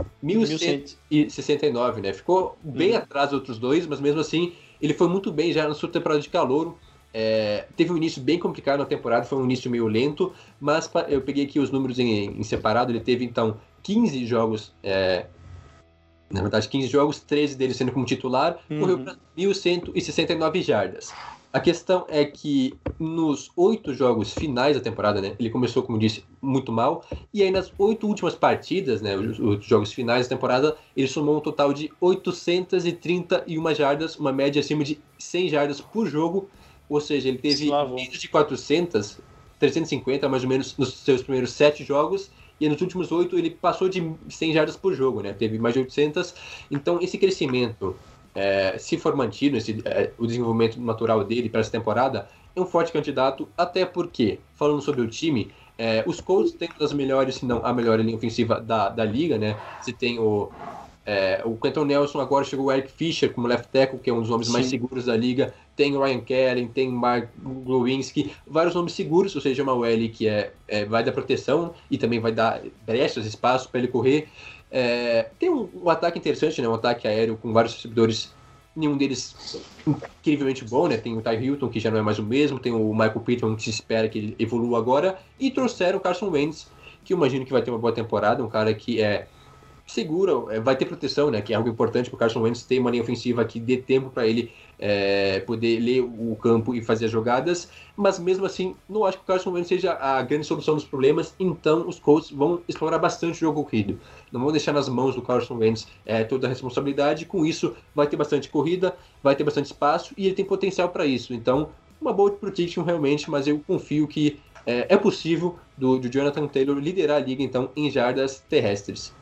B: mil cento e sessenta e nove, né? Ficou bem hum. atrás dos outros dois, mas mesmo assim ele foi muito bem já na sua temporada de calouro. É, teve um início bem complicado na temporada, foi um início meio lento, mas eu peguei aqui os números em, em separado. Ele teve então quinze jogos, é, na verdade quinze jogos, treze deles sendo como titular, uhum. correu para mil cento e sessenta e nove jardas. A questão é que nos oito jogos finais da temporada, né, ele começou, como disse, muito mal, e aí nas oito últimas partidas, né, os, os jogos finais da temporada, ele somou um total de oitocentas e trinta e uma jardas, uma média acima de cem jardas por jogo. Ou seja, ele teve menos de quatrocentas, trezentas e cinquenta mais ou menos nos seus primeiros sete jogos, e nos últimos oito ele passou de cem jardas por jogo, né? Teve mais de oitocentas. Então esse crescimento, é, se for mantido, esse, é, o desenvolvimento natural dele para essa temporada, é um forte candidato, até porque, falando sobre o time, é, os Colts têm uma das melhores, se não a melhor linha ofensiva da, da liga, né? Você tem o... É, o Quentin Nelson, agora chegou o Eric Fisher como left tackle, que é um dos nomes Sim. mais seguros da liga. Tem o Ryan Kelly, tem o Mark Glowinski, vários nomes seguros, ou seja, uma O L que é, é, vai dar proteção e também vai dar brechas, espaço para ele correr. É, tem um, um ataque interessante, né? Um ataque aéreo com vários recebedores, nenhum deles incrivelmente bom, né? Tem o Ty Hilton, que já não é mais o mesmo, tem o Michael Pittman, que se espera que ele evolua agora, e trouxeram o Carson Wentz, que eu imagino que vai ter uma boa temporada, um cara que é segura, vai ter proteção, né, que é algo importante para o Carson Wentz ter uma linha ofensiva que dê tempo para ele é, poder ler o campo e fazer as jogadas, mas mesmo assim não acho que o Carson Wentz seja a grande solução dos problemas. Então os Colts vão explorar bastante o jogo corrido, não vão deixar nas mãos do Carson Wentz é, toda a responsabilidade. Com isso vai ter bastante corrida, vai ter bastante espaço e ele tem potencial para isso. Então uma boa prediction realmente, mas eu confio que é, é possível do, do Jonathan Taylor liderar a liga então em jardas terrestres.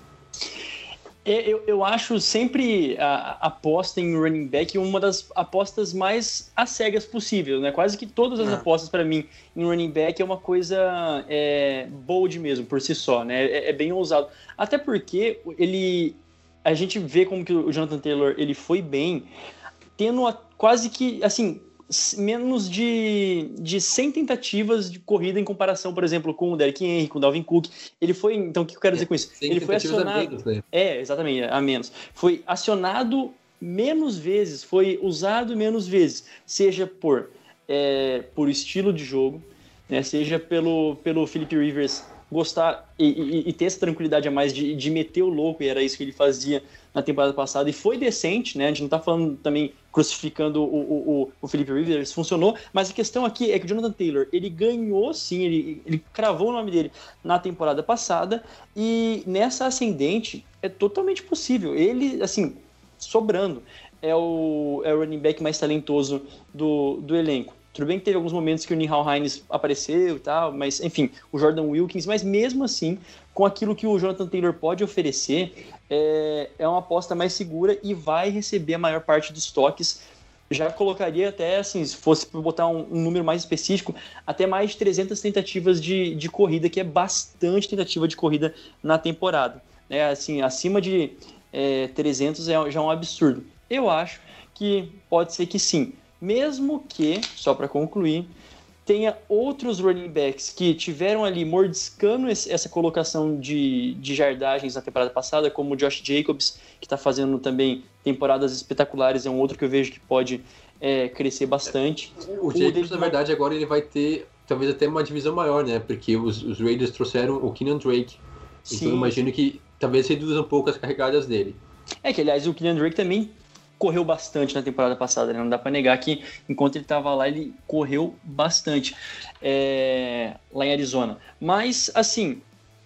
C: Eu, eu acho sempre a, a aposta em running back uma das apostas mais às cegas possível, né? Quase que todas as ah. apostas para mim em running back é uma coisa é, bold mesmo, por si só, né? É, é bem ousado. Até porque ele, a gente vê como que o Jonathan Taylor ele foi bem, tendo a, quase que, assim, menos de, de cem tentativas de corrida em comparação, por exemplo, com o Derrick Henry, com o Dalvin Cook. Ele foi, então o que eu quero dizer com isso? Ele foi acionado... Menos, né? É, exatamente, a menos. Foi acionado menos vezes, foi usado menos vezes, seja por, é, por estilo de jogo, né, seja pelo, pelo Philip Rivers gostar e, e, e ter essa tranquilidade a mais de, de meter o louco, e era isso que ele fazia na temporada passada, e foi decente, né? A gente não tá falando também crucificando o, o, o, o Philip Rivers, funcionou, mas a questão aqui é que o Jonathan Taylor, ele ganhou sim, ele, ele cravou o nome dele na temporada passada, e nessa ascendente é totalmente possível, ele, assim, sobrando, é o, é o running back mais talentoso do, do elenco. Tudo bem que teve alguns momentos que o Nyheim Hines apareceu e tal, mas, enfim, o Jordan Wilkins, mas mesmo assim, com aquilo que o Jonathan Taylor pode oferecer, é, é uma aposta mais segura e vai receber a maior parte dos toques. Já colocaria até, assim, se fosse botar um, um número mais específico, até mais de trezentas tentativas de, de corrida, que é bastante tentativa de corrida na temporada. É, assim, acima de é, trezentos é já um absurdo. Eu acho que pode ser que sim. Mesmo que, só para concluir, tenha outros running backs que tiveram ali mordiscando esse, essa colocação de, de jardagens na temporada passada, como o Josh Jacobs, que está fazendo também temporadas espetaculares, é um outro que eu vejo que pode é, crescer bastante.
B: O, o Jacobs, na verdade, agora ele vai ter talvez até uma divisão maior, né? Porque os, os Raiders trouxeram o Kenyan Drake. Sim. Então eu imagino que talvez reduza um pouco as carregadas dele.
C: É que, aliás, o Kenyan Drake também correu bastante na temporada passada, né? Não dá para negar que enquanto ele estava lá, ele correu bastante é, lá em Arizona. Mas, assim,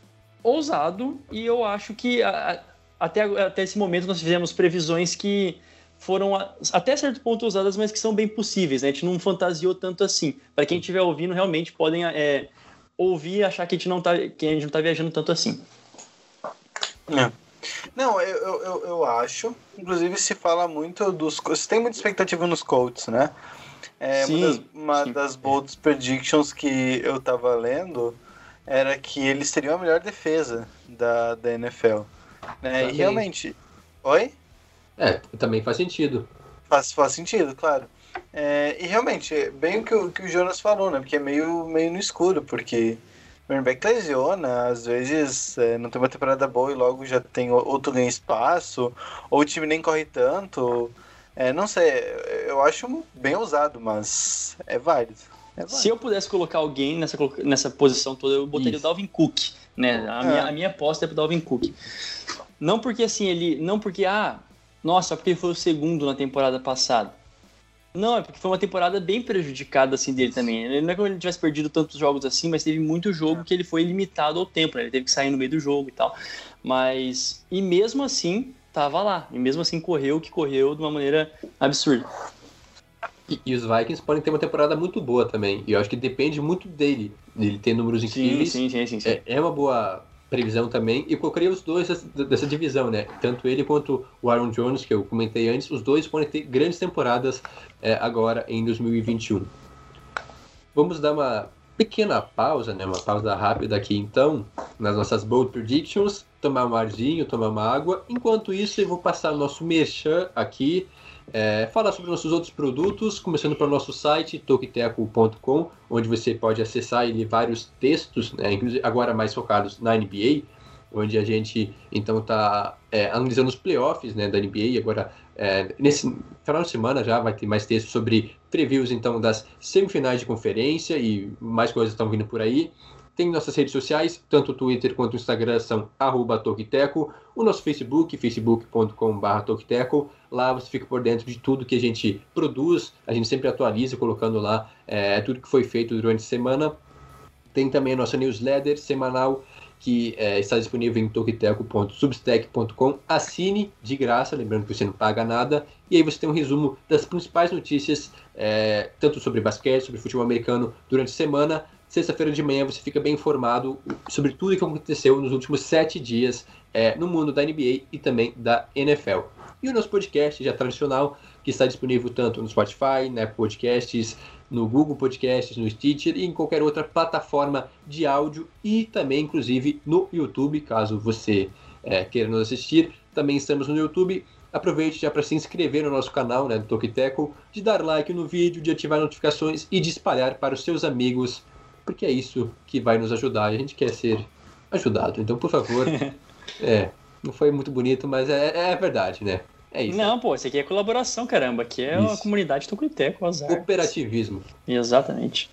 C: ousado, e eu acho que a, a, até, até esse momento nós fizemos previsões que foram a, até certo ponto ousadas, mas que são bem possíveis, né? A gente não fantasiou tanto assim. Para quem estiver ouvindo, realmente podem é, ouvir e achar que a gente não está que a gente não tá viajando tanto assim.
D: É. Não, eu, eu, eu acho. Inclusive se fala muito dos... Você tem muita expectativa nos Colts, né? É, sim, uma das, uma das bold predictions que eu tava lendo era que eles teriam a melhor defesa da, da N F L. Né? E realmente... Oi?
B: É, também faz sentido.
D: Faz, faz sentido, claro. É, e realmente, bem o que, o que o Jonas falou, né? Porque é meio, meio no escuro, porque running back lesiona, às vezes é, não tem uma temporada boa e logo já tem outro ganho espaço, ou o time nem corre tanto. É, não sei, eu acho bem ousado, mas é válido. É válido.
C: Se eu pudesse colocar alguém nessa, nessa posição toda, eu botaria
B: Isso.
C: o Dalvin Cook, né? A,
D: É.
C: minha, a minha aposta é pro Dalvin Cook. Não porque assim, ele. Não porque, ah, nossa, porque ele foi o segundo na temporada passada. Não, é porque foi uma temporada bem prejudicada assim dele também. Não é que ele tivesse perdido tantos jogos assim, mas teve muito jogo que ele foi limitado ao tempo, né? Ele teve que sair no meio do jogo e tal. Mas. E mesmo assim, tava lá. E mesmo assim correu o que correu de uma maneira absurda.
B: E, e os Vikings podem ter uma temporada muito boa também. E eu acho que depende muito dele. Ele ter números
C: Sim,
B: incríveis.
C: sim, sim, sim. sim.
B: É, é uma boa previsão também. E eu colocaria os dois dessa, dessa divisão, né? Tanto ele quanto o Aaron Jones, que eu comentei antes. Os dois podem ter grandes temporadas é, agora em dois mil e vinte e um. Vamos dar uma pequena pausa, né? Uma pausa rápida aqui, então, nas nossas Bold Predictions. Tomar um arzinho, tomar uma água. Enquanto isso, eu vou passar o nosso merchan aqui. É, falar sobre nossos outros produtos, começando pelo nosso site tokiteco ponto com, onde você pode acessar e ler vários textos, né, inclusive agora mais focados na N B A, onde a gente então está é, analisando os playoffs, né, da N B A. Agora, é, nesse final de semana já vai ter mais textos sobre previews então das semifinais de conferência e mais coisas estão vindo por aí. Tem nossas redes sociais, tanto o Twitter quanto o Instagram são arroba Tokiteco. O nosso Facebook, facebook ponto com barra Tokiteco. Lá você fica por dentro de tudo que a gente produz. A gente sempre atualiza, colocando lá é, tudo que foi feito durante a semana. Tem também a nossa newsletter semanal, que é, está disponível em tokiteco ponto substack ponto com. Assine de graça, lembrando que você não paga nada. E aí você tem um resumo das principais notícias, é, tanto sobre basquete, sobre futebol americano, durante a semana. Sexta-feira de manhã você fica bem informado sobre tudo que aconteceu nos últimos sete dias é, no mundo da N B A e também da N F L. E o nosso podcast já tradicional, que está disponível tanto no Spotify, na Apple Podcasts, no Google Podcasts, no Stitcher e em qualquer outra plataforma de áudio e também, inclusive, no YouTube, caso você é, queira nos assistir. Também estamos no YouTube. Aproveite já para se inscrever no nosso canal, né, do Tokiteco, de dar like no vídeo, de ativar notificações e de espalhar para os seus amigos, porque é isso que vai nos ajudar. A gente quer ser ajudado. Então, por favor, é, não foi muito bonito, mas é, é verdade, né? É isso.
C: Não, pô, isso aqui é colaboração, caramba. Aqui é uma
B: Isso.
C: comunidade Tokiteco, azar.
B: Cooperativismo.
C: Exatamente.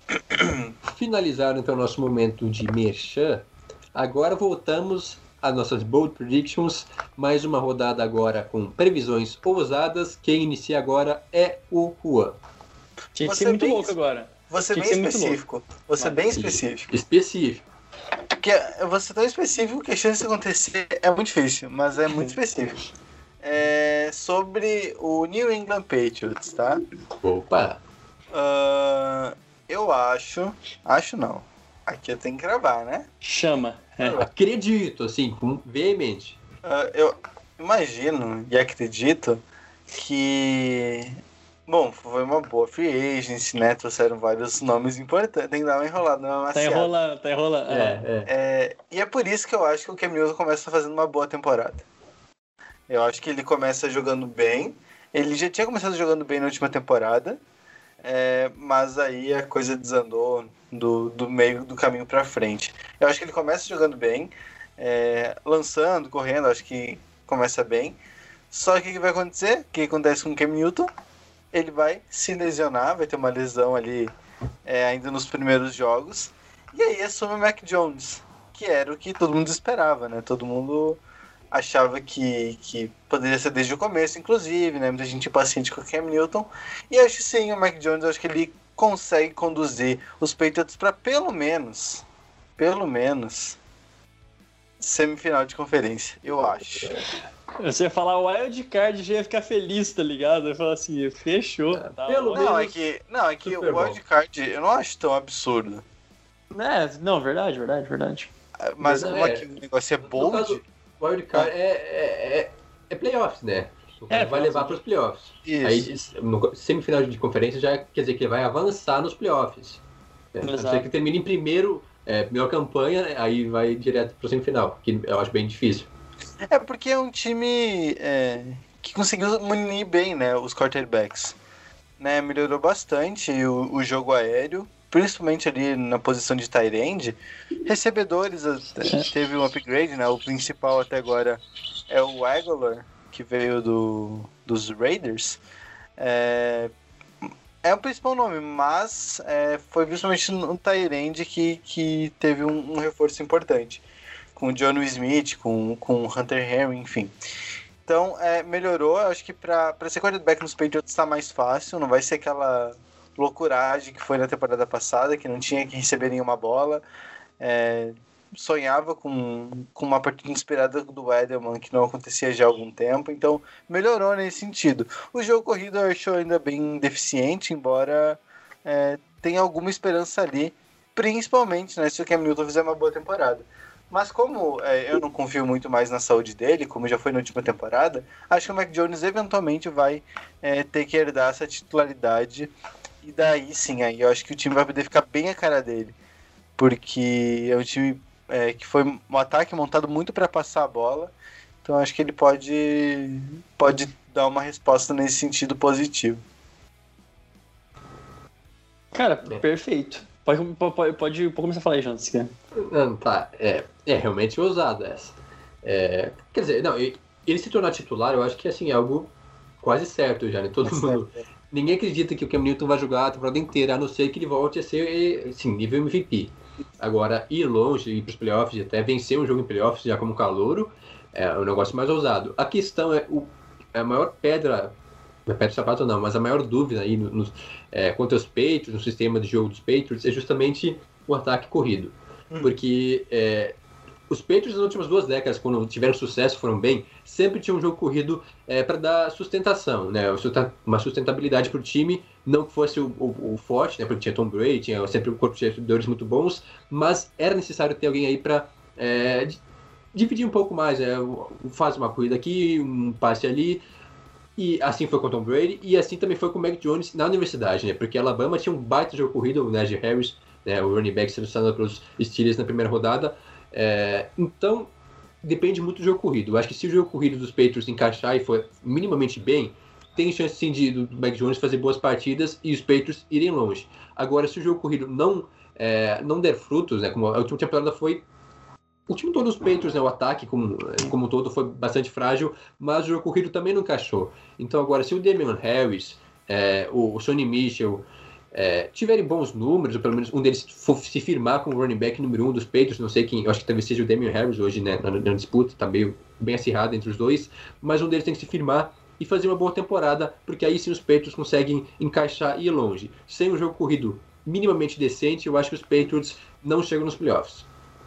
B: Finalizar então nosso momento de merchan. Agora voltamos às nossas Bold Predictions. Mais uma rodada agora com previsões ousadas. Quem inicia agora é o Juan.
C: Tinha que
D: Você
C: ser muito
D: bem-
C: louco agora.
D: Você
C: Tinha
D: bem
C: que ser muito
D: específico. Você
C: Vai.
D: bem específico.
B: Específico.
D: Porque você tão específico que a chance de acontecer é muito difícil, mas é muito específico. É sobre o New England Patriots, tá?
B: Opa!
D: Ah, eu acho... Acho não. Aqui eu tenho que gravar, né?
C: Chama. É.
B: Acredito, assim, com veemente.
D: Ah, eu imagino e acredito que... Bom, foi uma boa free agency, né? Trouxeram vários nomes importantes. Tem que dar uma enrolada, uma
C: Tá
D: maciada.
C: enrolando, tá enrolando.
B: É, é.
D: É, e é por isso que eu acho que o Cam Newton começa fazendo uma boa temporada. Eu acho que ele começa jogando bem. Ele já tinha começado jogando bem na última temporada, é, mas aí a coisa desandou do, do meio do caminho pra frente. Eu acho que ele começa jogando bem, é, lançando, correndo, acho que começa bem. Só que o que vai acontecer? O que acontece com o Cam Newton? Ele vai se lesionar, vai ter uma lesão ali é, ainda nos primeiros jogos. E aí assume o Mac Jones, que era o que todo mundo esperava, né? Todo mundo achava que, que poderia ser desde o começo, inclusive, né? Muita gente paciente com o Cam Newton. E acho que sim, o Mac Jones, acho que ele consegue conduzir os Patriots para pelo menos, pelo menos, semifinal de conferência, eu acho.
C: Você ia falar wild card, já ia ficar feliz, tá ligado? Eu ia falar assim, fechou. Tá
B: pelo
C: ótimo.
D: Não, é
B: menos
D: que, não, é que
B: Super
D: o
B: Bowl.
D: wildcard eu não acho tão absurdo.
C: É, não, verdade, verdade, verdade.
D: Mas
B: Mas
D: como
B: é-
D: aqui o negócio é
B: No
D: bold,
B: caso, o wildcard é, é, é, é playoffs, né? O cara
C: É,
B: vai levar para os playoffs.
D: Isso.
B: Aí, no semifinal de conferência, já quer dizer que ele vai avançar nos playoffs. É, a não
C: Exato.
B: ser que termine em primeiro, é, melhor campanha, né, aí vai direto para o semifinal, que eu acho bem difícil.
D: é porque é um time é, que conseguiu munir bem, né, os quarterbacks. Né, melhorou bastante o, o jogo aéreo. principalmente ali na posição de tight end. Recebedores, teve um upgrade, né? O principal até agora é o Aguilar, que veio do, dos Raiders. É, é o principal nome, mas é, foi principalmente no tight end que, que teve um, um reforço importante. Com o John Smith, com, com o Hunter Henry, enfim. Então, é, melhorou. Acho que para ser quarterback nos Patriots está mais fácil. Não vai ser aquela loucuragem que foi na temporada passada, que não tinha que receber nenhuma bola. É, sonhava com, com uma partida inspirada do Edelman, que não acontecia já há algum tempo. Então, melhorou nesse sentido. O jogo corrido eu acho ainda bem deficiente, embora é, tenha alguma esperança ali, principalmente, né, se o Cam Newton fizer uma boa temporada. Mas como é, eu não confio muito mais na saúde dele, como já foi na última temporada, acho que o Mac Jones eventualmente vai é, ter que herdar essa titularidade. E daí sim, aí eu acho que o time vai poder ficar bem a cara dele. Porque é um time é, que foi um ataque montado muito para passar a bola. Então acho que ele pode, pode dar uma resposta nesse sentido positivo.
C: Cara, é. perfeito. Pode, pode, pode, pode começar a falar aí, João, se quer.
B: Não, tá. É, é realmente ousado essa. É, quer dizer, não, ele se tornar titular, eu acho que assim, é algo quase certo já, né? Todo é mundo. Certo. Ninguém acredita que o Cam Newton vai jogar a temporada inteira, a não ser que ele volte a ser, assim, nível M V P. Agora, ir longe, ir para os playoffs e até vencer um jogo em playoffs já como calouro, é um negócio mais ousado. A questão é o, a maior pedra. Não é pedra de sapato não, mas a maior dúvida aí no, no, é, contra os Patriots, no sistema de jogo dos Patriots, é justamente o ataque corrido. Hum. Porque é, os Patriots nas últimas duas décadas, quando tiveram sucesso, foram bem, sempre tinham um jogo corrido é, para dar sustentação, né? Uma sustentabilidade para o time, não que fosse o, o, o forte, né? Porque tinha Tom Brady, tinha sempre um corpo de recebedores muito bons, mas era necessário ter alguém aí para é, dividir um pouco mais, né? Faz uma corrida aqui, um passe ali. E assim foi com o Tom Brady, e assim também foi com o Mac Jones na universidade, né? Porque Alabama tinha um baita jogo corrido, o Najee Harris, né? O running back selecionado pelos Steelers na primeira rodada. É, então, depende muito do jogo corrido. Eu acho que se o jogo corrido dos Patriots encaixar e for minimamente bem, tem chance sim de, do Mac Jones fazer boas partidas e os Patriots irem longe. Agora, se o jogo corrido não, é, não der frutos, né? Como a última temporada foi... O time todo dos Patriots, né, o ataque como, como um todo foi bastante frágil, mas o jogo corrido também não encaixou. Então agora, se o Damian Harris, é, o, o Sonny Mitchell é, tiverem bons números, ou pelo menos um deles for se firmar como running back número um dos Patriots, não sei quem, eu acho que talvez seja o Damian Harris hoje, né, na, na disputa, tá meio bem acirrado entre os dois, mas um deles tem que se firmar e fazer uma boa temporada, porque aí sim os Patriots conseguem encaixar e ir longe. Sem um jogo corrido minimamente decente, eu acho que os Patriots não chegam nos playoffs.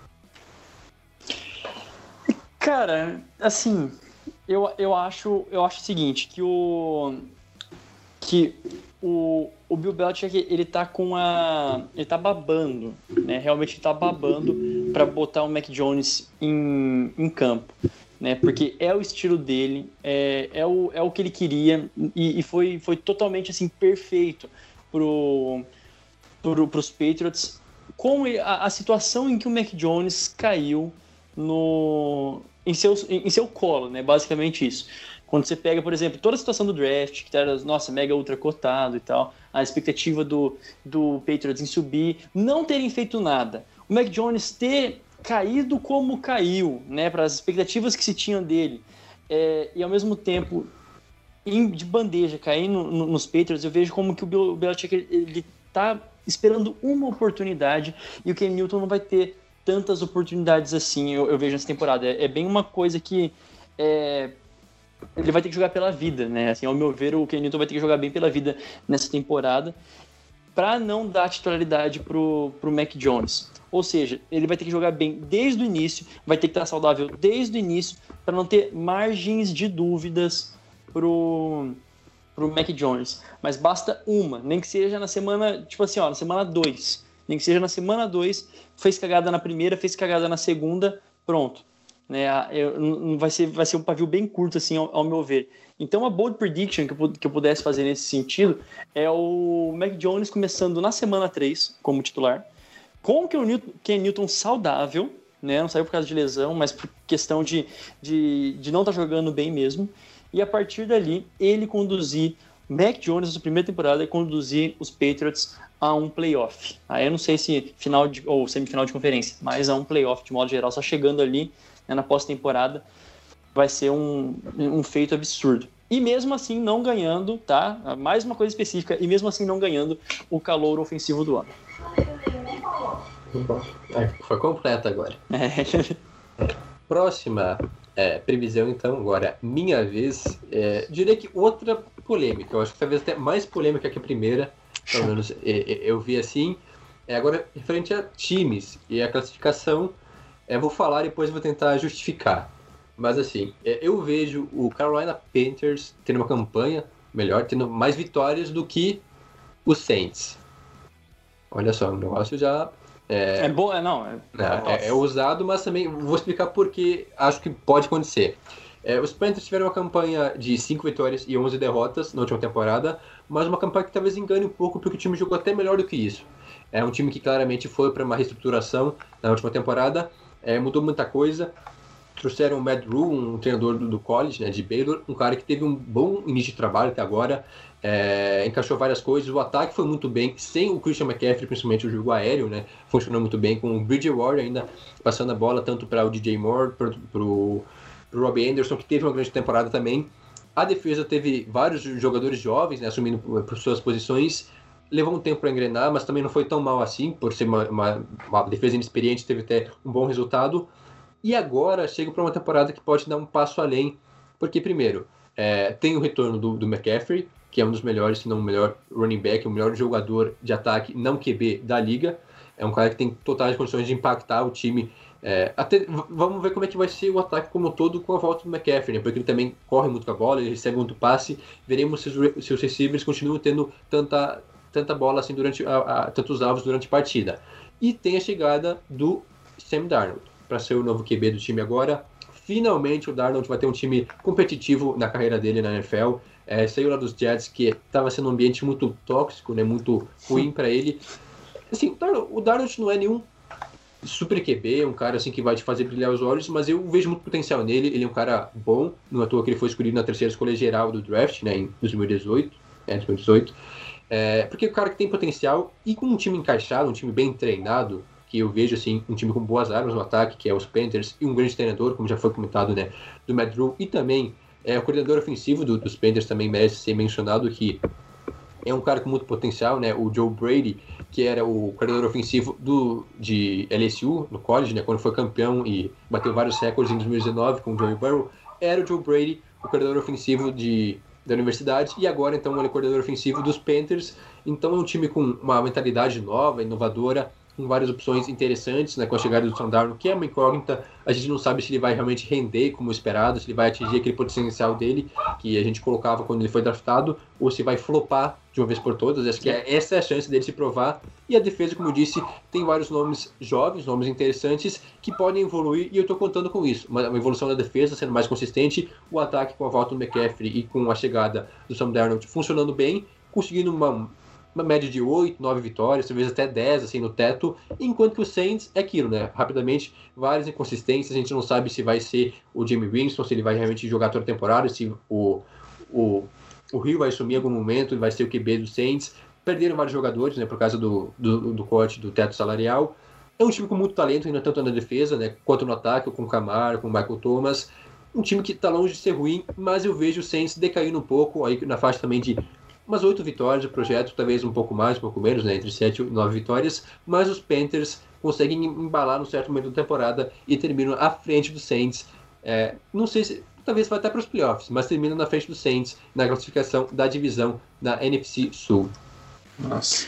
C: Cara, assim, eu, eu, acho, eu acho o seguinte, que o que o, o Bill Belichick, ele tá com a... ele tá babando, né? Realmente ele tá babando para botar o Mac Jones em, em campo, né? Porque é o estilo dele, é, é, o, é o que ele queria e, e foi, foi totalmente, assim, perfeito pro, pro, pros Patriots. Com a, a situação em que o Mac Jones caiu no... Em seu, em seu colo, né? Basicamente isso. Quando você pega, por exemplo, toda a situação do draft, que era, nossa, mega ultra cotado e tal, a expectativa do, do Patriots em subir, não terem feito nada. O Mac Jones ter caído como caiu, né? Para as expectativas que se tinham dele. É, e ao mesmo tempo, em, de bandeja, cair no, no, nos Patriots, eu vejo como que o Bill Belichick, ele, ele tá esperando uma oportunidade e o Cam Newton não vai ter tantas oportunidades assim, eu, eu vejo nessa temporada. É, é bem uma coisa que é, ele vai ter que jogar pela vida, né? Assim, ao meu ver, o Cam Newton vai ter que jogar bem pela vida nessa temporada para não dar titularidade pro, pro Mac Jones. Ou seja, ele vai ter que jogar bem desde o início, vai ter que estar saudável desde o início para não ter margens de dúvidas pro, pro Mac Jones. Mas basta uma, nem que seja na semana, tipo assim, ó, na semana dois. Nem que seja na semana dois, fez cagada na primeira, fez cagada na segunda, pronto. Né? Eu, vai, ser, vai ser um pavio bem curto, assim, ao, ao meu ver. Então, uma bold prediction que eu, que eu pudesse fazer nesse sentido é o Mac Jones começando na semana três como titular, com o Cam Newton, Cam Newton saudável, né? Não saiu por causa de lesão, mas por questão de, de, de não estar tá jogando bem mesmo. E a partir dali, ele conduzir Mac Jones, na sua primeira temporada, conduzir os Patriots a um playoff. Aí eu não sei se final de, ou semifinal de conferência, mas a um playoff de modo geral, só chegando ali, né, na pós-temporada, vai ser um, um feito absurdo. E mesmo assim não ganhando, tá? Mais uma coisa específica, e mesmo assim não ganhando o calouro ofensivo do ano.
B: Bom, foi completa agora.
C: É.
B: Próxima é, previsão, então, agora, minha vez. É, diria que outra polêmica, eu acho que talvez até mais polêmica que a primeira, pelo menos é, é, eu vi assim. É, agora, referente a times e a classificação, é, vou falar e depois vou tentar justificar. Mas assim, é, eu vejo o Carolina Panthers tendo uma campanha melhor, tendo mais vitórias do que os Saints. Olha só, o negócio já... É,
C: é bom, é não. É,
B: é, é ousado, mas também vou explicar porque acho que pode acontecer. É, os Panthers tiveram uma campanha de cinco vitórias e onze derrotas na última temporada, mas uma campanha que talvez engane um pouco, porque o time jogou até melhor do que isso. É um time que claramente foi para uma reestruturação na última temporada, é, mudou muita coisa. Trouxeram o Matt Rhule, um treinador do, do college, né, de Baylor, um cara que teve um bom início de trabalho até agora, é, encaixou várias coisas, o ataque foi muito bem, sem o Christian McCaffrey, principalmente o jogo aéreo, né, funcionou muito bem, com o Bridgewater ainda passando a bola tanto para o D J Moore, para o Robbie Anderson, que teve uma grande temporada também. A defesa teve vários jogadores jovens, né, assumindo por suas posições, levou um tempo para engrenar, mas também não foi tão mal assim, por ser uma, uma, uma defesa inexperiente, teve até um bom resultado. E agora chega para uma temporada que pode dar um passo além, porque primeiro, é, tem o retorno do, do McCaffrey, que é um dos melhores, se não o melhor running back, o melhor jogador de ataque não Q B da liga. É um cara que tem totais condições de impactar o time. É, até, vamos ver como é que vai ser o ataque como um todo com a volta do McCaffrey, né? Porque ele também corre muito com a bola, ele recebe muito passe. Veremos se os, se os receivers continuam tendo tanta, tanta bola assim durante a, a, tantos alvos durante a partida. E tem a chegada do Sam Darnold para ser o novo Q B do time agora. Finalmente o Darnold vai ter um time competitivo na carreira dele na N F L. É, saiu lá dos Jets, que estava sendo um ambiente muito tóxico, né, muito ruim para ele. Assim, o Darnold, o Darnold não é nenhum super Q B, um cara assim que vai te fazer brilhar os olhos, mas eu vejo muito potencial nele. Ele é um cara bom, não é à toa que ele foi escolhido na terceira escolha geral do draft, né, em dois mil e dezoito. É, dois mil e dezoito. É, porque é um cara que tem potencial e com um time encaixado, um time bem treinado, que eu vejo assim, um time com boas armas no ataque, que é os Panthers, e um grande treinador, como já foi comentado, né, do Matt Rhule, e também é, o coordenador ofensivo do, dos Panthers também merece ser mencionado, que é um cara com muito potencial, né, o Joe Brady, que era o coordenador ofensivo do, de L S U no college, né, quando foi campeão e bateu vários recordes em dois mil e dezenove com o Joey Burrow, era o Joe Brady, o coordenador ofensivo de, da universidade, e agora então ele é coordenador ofensivo dos Panthers. Então é um time com uma mentalidade nova, inovadora, com várias opções interessantes, né, com a chegada do Sam Darnold, que é uma incógnita. A gente não sabe se ele vai realmente render como esperado, se ele vai atingir aquele potencial dele, que a gente colocava quando ele foi draftado, ou se vai flopar de uma vez por todas. Acho que essa é a chance dele se provar. E a defesa, como eu disse, tem vários nomes jovens, nomes interessantes, que podem evoluir, e eu estou contando com isso. Uma, uma evolução da defesa sendo mais consistente, o ataque com a volta do McCaffrey e com a chegada do Sam Darnold funcionando bem, conseguindo uma... uma média de oito, nove vitórias, talvez até dez, assim, no teto, enquanto que o Saints é aquilo, né, rapidamente, várias inconsistências, a gente não sabe se vai ser o Jameis Winston, se ele vai realmente jogar toda a temporada, se o, o, o Hill vai assumir em algum momento, vai ser o Q B do Saints. Perderam vários jogadores, né, por causa do, do, do corte do teto salarial. É um time com muito talento, ainda tanto na defesa, né, quanto no ataque, com o Camara, com o Michael Thomas. Um time que está longe de ser ruim, mas eu vejo o Saints decaindo um pouco, aí na faixa também de umas oito vitórias, o projeto talvez um pouco mais, um pouco menos, né, entre sete e nove vitórias, mas os Panthers conseguem embalar no certo momento da temporada e terminam à frente dos Saints. É, não sei se, talvez vai até para os playoffs, mas terminam na frente dos Saints na classificação da divisão da N F C Sul.
C: Nossa.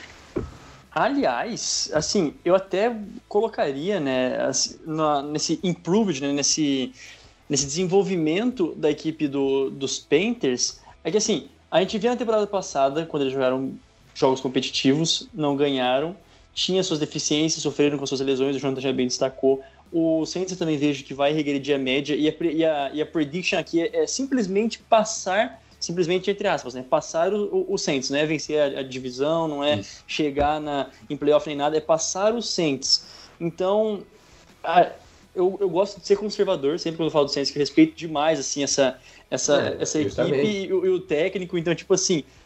C: Aliás, assim, eu até colocaria, né, assim, na, nesse improved, né, nesse, nesse desenvolvimento da equipe do, dos Panthers, é que assim, a gente viu na temporada passada, quando eles jogaram jogos competitivos, não ganharam, tinha suas deficiências, sofreram com suas lesões, o Jonathan já bem destacou. O Saints eu também vejo que vai regredir a média, e a, e a, e a prediction aqui é, é simplesmente passar, simplesmente entre aspas, né? Passar o, o, o Saints, não é vencer a, a divisão, não é Isso. chegar na, em playoff nem nada, é passar o Saints. Então, a, eu, eu gosto de ser conservador, sempre quando eu falo do Saints, que eu respeito demais, assim, essa... essa, é, essa equipe e o, e o técnico, então, tipo assim,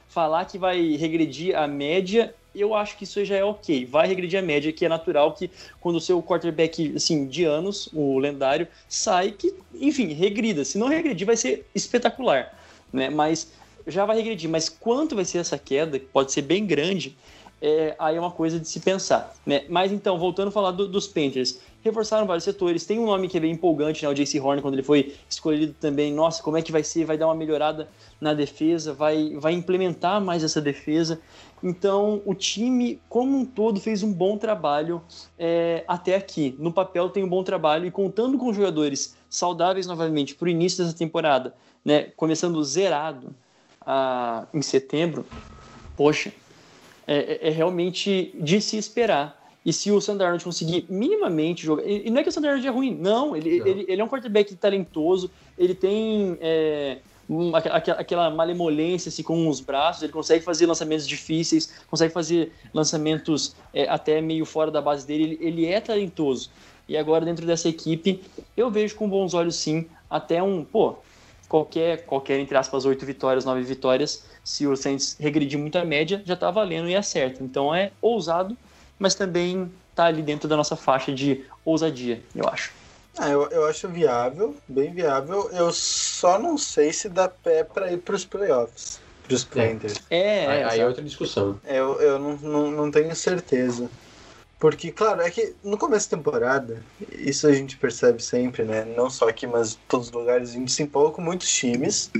C: falar que vai regredir a média, eu acho que isso já é ok. Vai regredir a média, que é natural que quando o seu quarterback assim, de anos, o lendário, sai, que, enfim, regrida. Se não regredir, vai ser espetacular, né? Mas já vai regredir. Mas quanto vai ser essa queda, que pode ser bem grande, é, aí é uma coisa de se pensar, né? Mas então, voltando a falar do, dos Panthers, reforçaram vários setores, tem um nome que é bem empolgante, né? O J C Horn, quando ele foi escolhido também, nossa, como é que vai ser? Vai dar uma melhorada na defesa, vai, vai implementar mais essa defesa. Então, o time, como um todo, fez um bom trabalho é, até aqui. No papel tem um bom trabalho, e contando com jogadores saudáveis novamente para o início dessa temporada, né? Começando zerado ah, em setembro, poxa, É, é realmente de se esperar. E se o Sam Darnold conseguir minimamente jogar... E não é que o Sam Darnold é ruim, não. Ele, não. ele, ele é um quarterback talentoso, ele tem é, um, aquela, aquela malemolência assim, com os braços, ele consegue fazer lançamentos difíceis, consegue fazer lançamentos é, até meio fora da base dele, ele, ele é talentoso. E agora, dentro dessa equipe, eu vejo com bons olhos, sim, até um... Pô, qualquer, qualquer entre aspas, oito vitórias, nove vitórias, se o Saints regredir muito a média, já tá valendo e acerta. Então é ousado, mas também tá ali dentro da nossa faixa de ousadia, eu acho.
D: Ah, eu, eu acho viável, bem viável. Eu só não sei se dá pé pra ir pros playoffs, pros Panthers.
C: É,
B: aí,
C: é,
B: aí é outra discussão.
D: Eu, eu não, não, não tenho certeza. Porque, claro, é que no começo da temporada, isso a gente percebe sempre, né? Não só aqui, mas em todos os lugares, a gente se empolga com muitos times.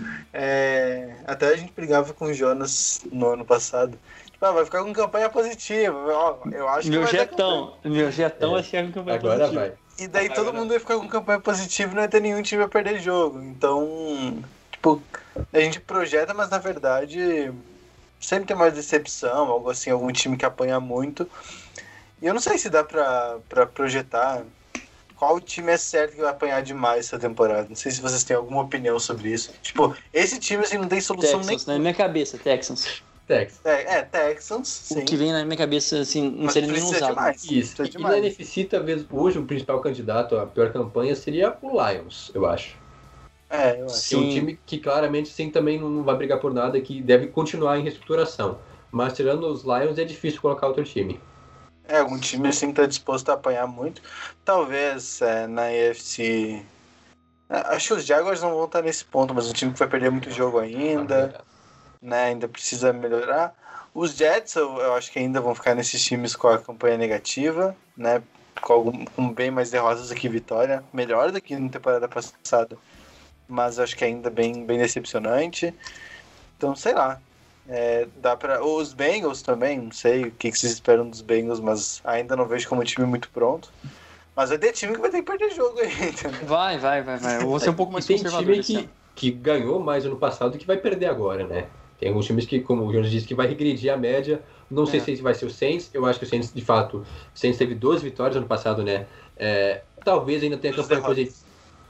D: É... Até a gente brigava com o Jonas no ano passado. Tipo, ah, vai ficar com campanha positiva. Ó, eu acho
C: meu
D: que vai
C: jetão, meu jetão
B: É.
C: vai ficar com campanha
B: Agora
C: positiva.
B: vai.
D: E daí
B: Agora...
D: todo mundo vai ficar com campanha positiva e não vai ter nenhum time a perder jogo. Então, tipo, a gente projeta, mas na verdade sempre tem mais decepção, algo assim, algum time que apanha muito. E eu não sei se dá pra, pra projetar qual time é certo que vai apanhar demais essa temporada. Não sei se vocês têm alguma opinião sobre isso. Tipo, esse time assim não tem solução
C: Texans,
D: nem...
C: na minha cabeça, Texans.
B: Texas.
D: É, é, Texans, sim.
C: O que vem na minha cabeça, assim, não
D: Mas
C: seria nem
D: precisa
C: usado.
D: demais.
B: Isso.
D: Precisa
B: E, e
D: demais.
B: na N F C, talvez, hoje, o principal candidato à pior campanha seria o Lions, eu acho.
D: É, eu acho.
B: Sim. É um time que claramente sim, também não vai brigar por nada, que deve continuar em reestruturação. Mas tirando os Lions, é difícil colocar outro time.
D: É, algum time assim que tá disposto a apanhar muito. Talvez é, na A F C... Acho que os Jaguars não vão estar nesse ponto, mas um time que vai perder muito jogo ainda, né? Ainda precisa melhorar. Os Jets, eu, eu acho que ainda vão ficar nesses times com a campanha negativa, né? Com, algum, com bem mais derrotas do que vitória. Melhor do que na temporada passada, mas acho que ainda bem, bem decepcionante. Então, sei lá. É, dá pra... Os Bengals também, não sei o que, que vocês esperam dos Bengals, mas ainda não vejo como um time muito pronto. Mas vai ter time que vai ter que perder jogo aí, entendeu?
C: Vai, vai, vai, vai. Eu vou ser um pouco mais
B: e tem
C: conservador
B: time
C: esse
B: que,
C: ano.
B: que ganhou mais ano passado que vai perder agora, né? Tem alguns times que, como o Jonas disse, que vai regredir a média. Não sei
C: É.
B: se vai ser o Saints. Eu acho que o Saints, de fato, o Saints teve doze vitórias ano passado, né? É, talvez ainda tenha
D: Duas
B: campanha
D: derrotas.
B: positiva.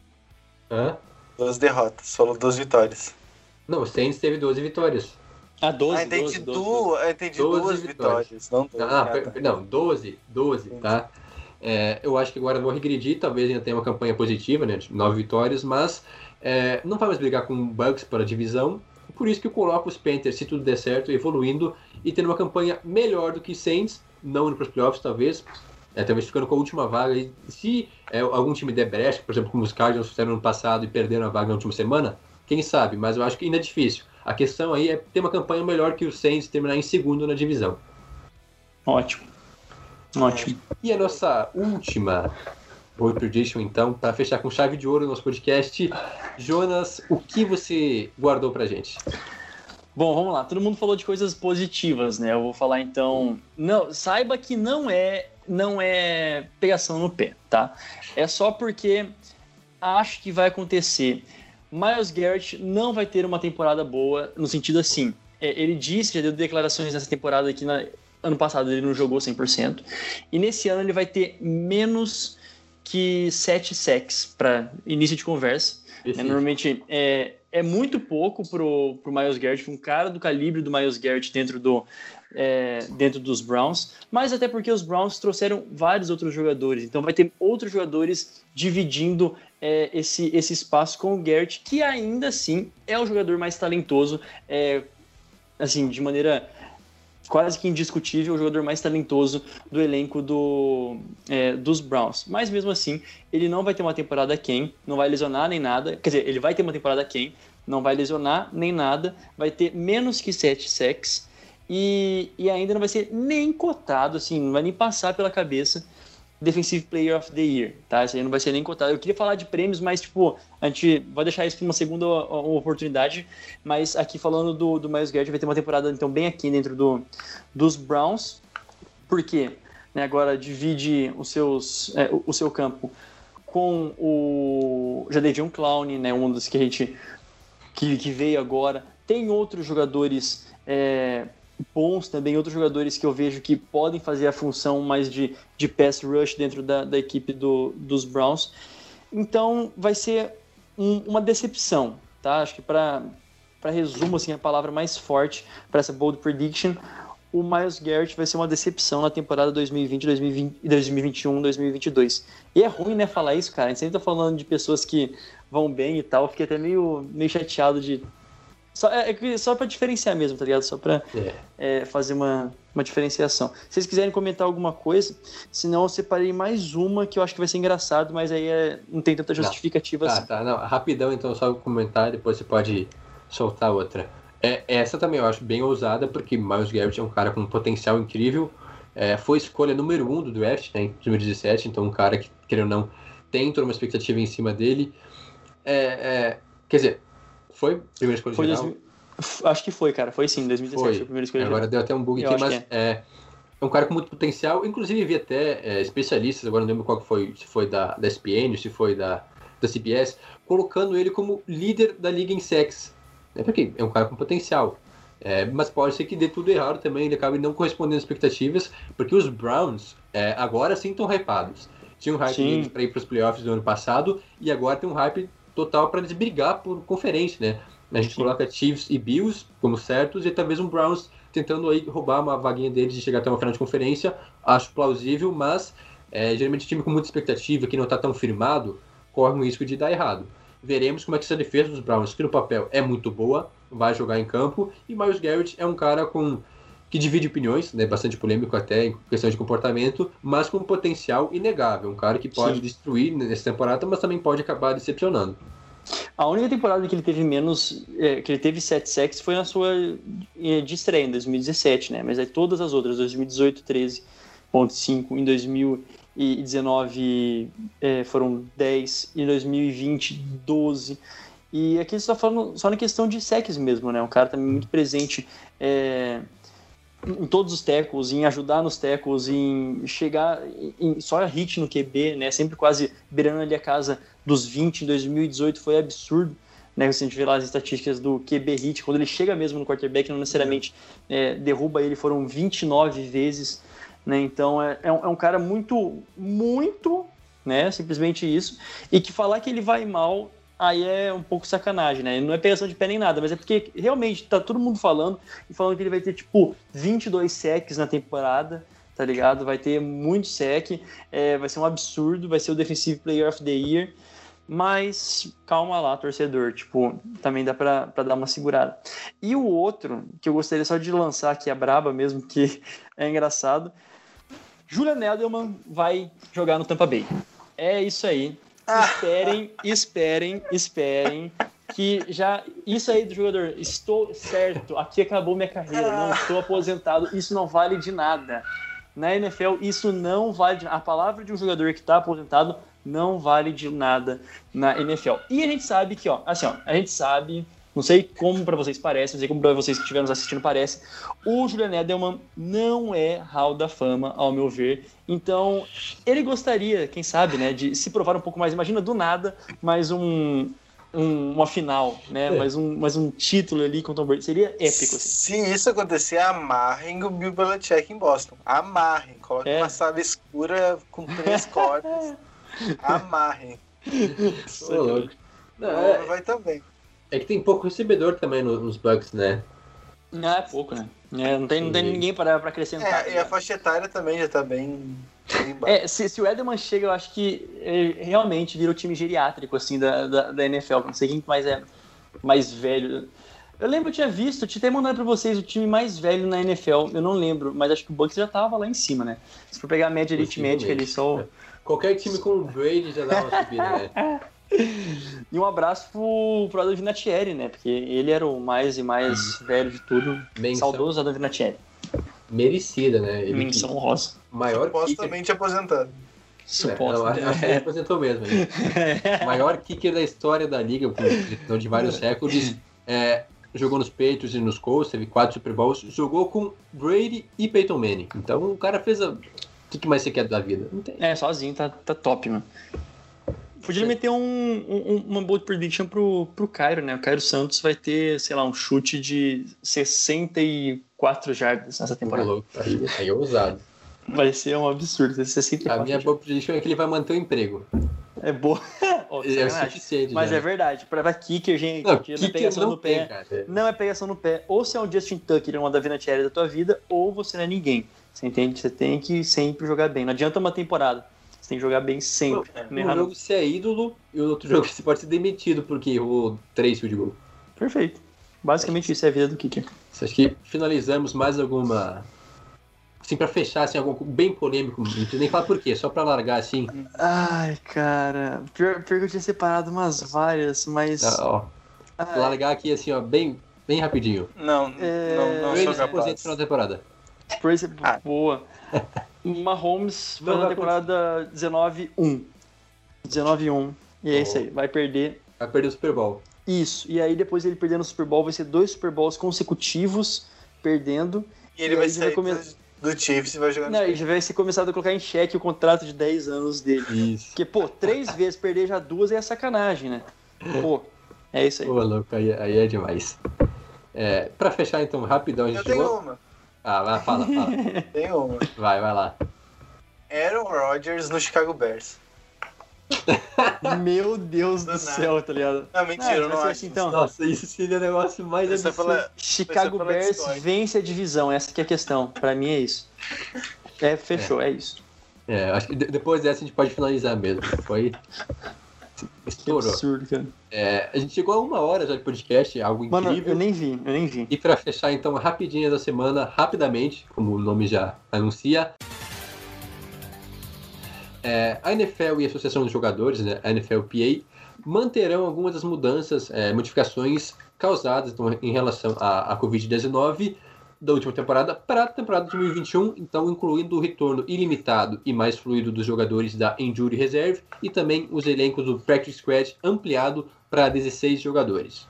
B: Hã?
D: Duas derrotas, falou duas vitórias.
B: Não, o Saints teve doze vitórias.
C: Ah, doze,
D: ah, entendi,
C: doze, doze,
D: duas, ah, entendi
B: doze
D: duas
B: vitórias.
D: vitórias, não duas.
B: Ah,
D: Ah,
B: per-
D: tá.
B: não, doze, doze, tá? É, eu acho que agora vão regredir, talvez ainda tenha uma campanha positiva, né? De nove vitórias, mas é, não vai mais brigar com o Bucks para a divisão. Por isso que eu coloco os Panthers, se tudo der certo, evoluindo e tendo uma campanha melhor do que Saints, não indo para os playoffs, talvez. É, talvez ficando com a última vaga. E se é, algum time der brecha, por exemplo, como os Cardinals fizeram no ano passado e perderam a vaga na última semana, quem sabe? Mas eu acho que ainda é difícil. A questão aí é ter uma campanha melhor que o Saints, terminar em segundo na divisão.
C: Ótimo. Ótimo.
B: E a nossa última Bold Prediction, então, para fechar com chave de ouro no nosso podcast. Jonas, o que você guardou pra gente?
C: Bom, vamos lá. Todo mundo falou de coisas positivas, né? Eu vou falar então. Não, saiba que não é, não é pegação no pé, tá? É só porque acho que vai acontecer. Myles Garrett não vai ter uma temporada boa, no sentido assim. É, ele disse, já deu declarações nessa temporada que na, ano passado ele não jogou cem por cento. E nesse ano ele vai ter menos que sete sacks para início de conversa. É, normalmente é, é muito pouco pro, pro Myles Garrett, um cara do calibre do Myles Garrett dentro, do, é, dentro dos Browns, mas até porque os Browns trouxeram vários outros jogadores, então vai ter outros jogadores dividindo é, esse, esse espaço com o Garrett, que ainda assim é o jogador mais talentoso, é, assim, de maneira quase que indiscutível, o jogador mais talentoso do elenco do, é, dos Browns. Mas mesmo assim, ele não vai ter uma temporada quem, não vai lesionar nem nada. Quer dizer, ele vai ter uma temporada quem, não vai lesionar nem nada, vai ter menos que sete sacks e, e ainda não vai ser nem cotado, assim, não vai nem passar pela cabeça Defensive Player of the Year, tá? Isso aí não vai ser nem cotado. Eu queria falar de prêmios, mas, tipo, a gente vai deixar isso para uma segunda oportunidade, mas aqui falando do, do Myles Garrett, vai ter uma temporada, então, bem aqui dentro do, dos Browns, porque né, agora divide os seus, é, o, o seu campo com o Jadeveon Clown, né, um dos que a gente que, que veio agora. Tem outros jogadores é, bons também, outros jogadores que eu vejo que podem fazer a função mais de, de pass rush dentro da, da equipe do, dos Browns. Então vai ser um, uma decepção, tá? Acho que para resumo assim, a palavra mais forte para essa bold prediction, o Myles Garrett vai ser uma decepção na temporada dois mil e vinte, dois mil e vinte, dois mil e vinte e um, dois mil e vinte e dois. E é ruim, né, falar isso, cara. A gente sempre tá falando de pessoas que vão bem e tal. Eu fiquei até meio, meio chateado de... Só, é, só pra diferenciar mesmo, tá ligado? Só pra é. É, fazer uma, uma diferenciação. Se vocês quiserem comentar alguma coisa, senão eu separei mais uma que eu acho que vai ser engraçado, mas aí é, não tem tanta justificativa
B: não.
C: assim.
B: Ah, tá, não. Rapidão, então, só comentar, depois você pode soltar outra. É, essa também eu acho bem ousada, porque Myles Garrett é um cara com um potencial incrível. É, foi escolha número um do draft, né, em dois mil e dezessete, então um cara que, querendo ou não, tem toda uma expectativa em cima dele. É, é, quer dizer, foi a primeira escolha
C: foi
B: geral?
C: dois mil... Acho que foi, cara. Foi sim, dois mil e dezessete foi, foi a primeira escolha
B: agora
C: geral.
B: Deu até um bug
C: eu
B: aqui, mas
C: é.
B: É, é um cara com muito potencial. Inclusive, vi até é, especialistas, agora não lembro qual que foi, se foi da, da E S P N, se foi da, da C B S, colocando ele como líder da liga em sacks. É porque é um cara com potencial. É, mas pode ser que dê tudo errado também, ele acabe não correspondendo às expectativas, porque os Browns é, agora sim estão hypados. Tinha um hype deles para ir para os playoffs do ano passado, e agora tem um hype total para eles brigar por conferência, né? A gente sim. coloca Chiefs e Bills como certos, e talvez um Browns tentando aí roubar uma vaguinha deles de chegar até uma final de conferência. Acho plausível, mas é, geralmente time com muita expectativa, que não está tão firmado, corre um risco de dar errado. Veremos como é que essa defesa dos Browns, que no papel é muito boa, vai jogar em campo. E Myles Garrett é um cara com, que divide opiniões, né, bastante polêmico até em questão de comportamento, mas com um potencial inegável. Um cara que pode Sim. destruir nessa temporada, mas também pode acabar decepcionando.
C: A única temporada que ele teve menos, é, que ele teve sete sacks foi na sua é, de estreia, em dois mil e dezessete, né? Mas aí todas as outras, dois mil e dezoito, treze ponto cinco, em dois mil e dezenove é, foram dez, em dois mil e vinte, doze. E aqui a gente está falando só na questão de sacks mesmo, né? Um cara também muito presente é, em todos os tackles, em ajudar nos tackles, em chegar em, só a hit no Q B, né? Sempre quase beirando ali a casa dos vinte. Em dois mil e dezoito foi absurdo, né? Se a gente vê lá as estatísticas do Q B hit, quando ele chega mesmo no quarterback, não necessariamente é, derruba ele, foram vinte e nove vezes, né? Então é, é, um, é um cara muito, muito, né? Simplesmente isso. E que falar que ele vai mal, aí é um pouco sacanagem, né? Não é pegação de pé nem nada, mas é porque realmente tá todo mundo falando e falando que ele vai ter, tipo, vinte e dois sacks na temporada, tá ligado? Vai ter muito sack, é, vai ser um absurdo, vai ser o Defensive Player of the Year, mas calma lá, torcedor, tipo, também dá pra, pra dar uma segurada. E o outro, que eu gostaria só de lançar aqui, a braba mesmo, que é engraçado, Julian Edelman vai jogar no Tampa Bay. É isso aí. Esperem, esperem, esperem, que já, isso aí do jogador, estou certo, aqui acabou minha carreira, não estou aposentado, isso não vale de nada. Na N F L, isso não vale de nada. A palavra de um jogador que está aposentado não vale de nada na N F L. E a gente sabe que, ó, assim, ó, a gente sabe, não sei como para vocês parece, não sei como para vocês que estiveram nos assistindo parece, o Julian Edelman não é Hall da Fama, ao meu ver. Então, ele gostaria, quem sabe, né, de se provar um pouco mais. Imagina do nada, mais um, um, uma final, né, é. mais, um, mais um título ali com o Tom Brady. Seria épico, assim.
D: Se isso acontecer, amarrem o Bill Belichick em Boston. Amarrem. Coloquem é. uma sala escura com três cordas. Amarrem.
B: Sou louco.
D: Não, é... Vai também.
B: É que tem pouco recebedor também nos Bucks, né?
C: Não, é pouco, né? É, não, tem, não tem ninguém para acrescentar.
D: É, e a faixa etária também já tá bem... bem
C: é, se, se o Edelman chega, eu acho que ele realmente vira o time geriátrico, assim, da, da, da N F L. Não sei quem mais é mais velho Eu lembro que eu tinha visto, eu tinha até mandado pra vocês o time mais velho na N F L. Eu não lembro, mas acho que o Bucks já tava lá em cima, né? Se for pegar a média aritmética ali, só...
B: É. Qualquer time com o Brady já dá uma subida, né?
C: E um abraço pro, pro Adam Vinatieri, né? Porque ele era o mais e mais hum. velho de tudo.
B: Menção.
C: Saudoso Adam Vinatieri.
B: Merecida, né? Ele
C: Menção honrosa.
D: Maior supostamente kicker... aposentado.
C: Supostamente.
B: É, acho que ele aposentou mesmo. É. Maior kicker da história da liga, com de vários recordes. É, jogou nos Patriots e nos Colts, teve quatro Super Bowls. Jogou com Brady e Peyton Manning. Então o cara fez a... O que mais você quer da vida? Não tem.
C: É, sozinho, tá, tá top, mano. Podia Sim. meter um, um, uma bold prediction pro, pro Cairo, né? O Cairo Santos vai ter, sei lá, um chute de sessenta e quatro jardas nessa temporada.
B: Louco, aí, aí é ousado.
C: Vai ser um absurdo, sessenta e quatro
B: A minha bold prediction é que ele vai manter o emprego.
C: É boa. Oh,
B: é o suficiente.
C: Mas
B: já.
C: é verdade. Pra kicker, gente,
B: não,
C: kicker
B: kicker
C: é pegação
B: não
C: no pé.
B: Tem,
C: não é pegação no pé. Ou você é um Justin Tucker, uma da Vinatieri da tua vida, ou você não é ninguém. Você entende? Você tem que sempre jogar bem. Não adianta uma temporada. Você tem que jogar bem sempre.
B: Um jogo não. Você é ídolo e o outro jogo você pode ser demitido porque errou três field goal.
C: Perfeito. Basicamente isso é a vida do kicker.
B: Você acha que finalizamos mais alguma... Assim, pra fechar, assim, algo bem polêmico, não precisa nem falar por quê, só pra largar, assim.
C: Ai, cara, pior, pior que eu tinha separado umas várias, mas...
B: Ah, ó, Ai. Largar aqui, assim, ó, bem, bem rapidinho.
D: Não, é... não, não sou capaz.
B: no final da temporada.
C: Por exemplo, ah. boa. Mahomes foi na temporada dezenove um. dezenove um. E é oh. isso aí, vai perder.
B: Vai perder o Super Bowl.
C: Isso, e aí depois ele perdendo o Super Bowl, vai ser dois Super Bowls consecutivos perdendo.
D: E ele e vai sair vai come... do Chiefs e vai jogar no
C: Não, e já vai ser começado a colocar em xeque o contrato de dez anos dele.
B: Isso.
C: Porque, pô, três vezes perder já duas é sacanagem, né? Pô, é isso aí.
B: Pô, louco, aí, aí é demais. É, pra fechar, então, rapidão, a gente
D: Eu tenho
B: chegou...
D: uma.
B: Ah, vai, fala, fala.
D: Tem uma.
B: Vai, vai lá.
D: Aaron Rodgers no Chicago Bears.
C: Meu Deus do, do céu, tá ligado?
D: Não, mentira, não, não acho.
C: Assim, então.
B: Nossa, isso seria o negócio mais absurdo.
D: Pela,
C: Chicago Bears vence a divisão, essa que é a questão. Pra mim é isso. É, fechou, é, é isso.
B: É, acho que depois dessa a gente pode finalizar mesmo. Foi... Estourou.
C: Que absurdo, cara.
B: É, a gente chegou a uma hora já de podcast, algo
C: Mano,
B: incrível.
C: eu nem vi, eu nem vi.
B: E pra fechar, então, rapidinho da semana, rapidamente, como o nome já anuncia, é, a N F L e a Associação dos Jogadores, né, a N F L P A, manterão algumas das mudanças, é, modificações causadas então, em relação à, à covid dezenove da última temporada para a temporada de dois mil e vinte e um, então incluindo o retorno ilimitado e mais fluido dos jogadores da Injury Reserve e também os elencos do Practice Squad ampliado para dezesseis jogadores.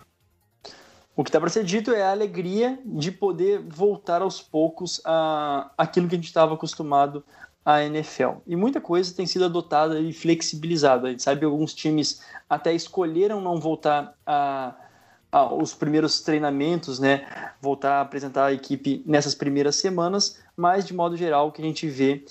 C: O que está para ser dito é a alegria de poder voltar aos poucos a aquilo que a gente estava acostumado à N F L. E muita coisa tem sido adotada e flexibilizada. A gente sabe que alguns times até escolheram não voltar a Ah, os primeiros treinamentos, né, voltar a apresentar a equipe nessas primeiras semanas, mas de modo geral o que a gente vê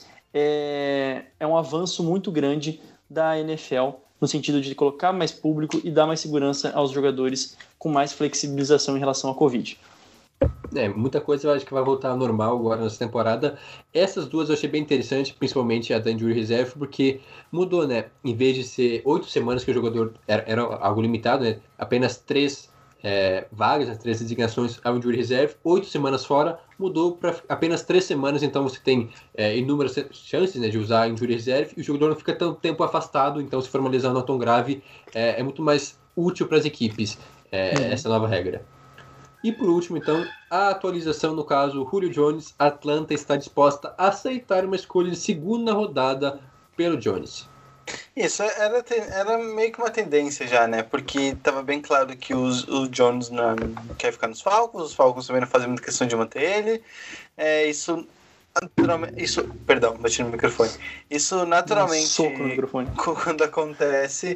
C: é, é um avanço muito grande da N F L no sentido de colocar mais público e dar mais segurança aos jogadores com mais flexibilização em relação à Covid.
B: É, muita coisa eu acho que vai voltar ao normal agora nessa temporada. Essas duas eu achei bem interessante, principalmente a da Injury Reserve, porque mudou, né? Em vez de ser oito semanas que o jogador era, era algo limitado, né? Apenas três É, vagas, as três designações ao Injury Reserve, oito semanas fora, mudou para apenas três semanas, então você tem é, inúmeras chances, né, de usar a Injury Reserve e o jogador não fica tanto tempo afastado, então se for uma lesão não tão grave, é, é muito mais útil para as equipes é, uhum. essa nova regra. E por último, então, a atualização no caso, Julio Jones, Atlanta está disposta a aceitar uma escolha de segunda rodada pelo Jones.
D: Isso, era, era meio que uma tendência já, né? Porque tava bem claro que os, o Jones não quer ficar nos Falcons, os Falcons também não fazem muita questão de manter ele. É, isso, naturalmente... Isso, perdão, bati no microfone. Isso, naturalmente,
C: um soco no microfone.
D: Quando acontece,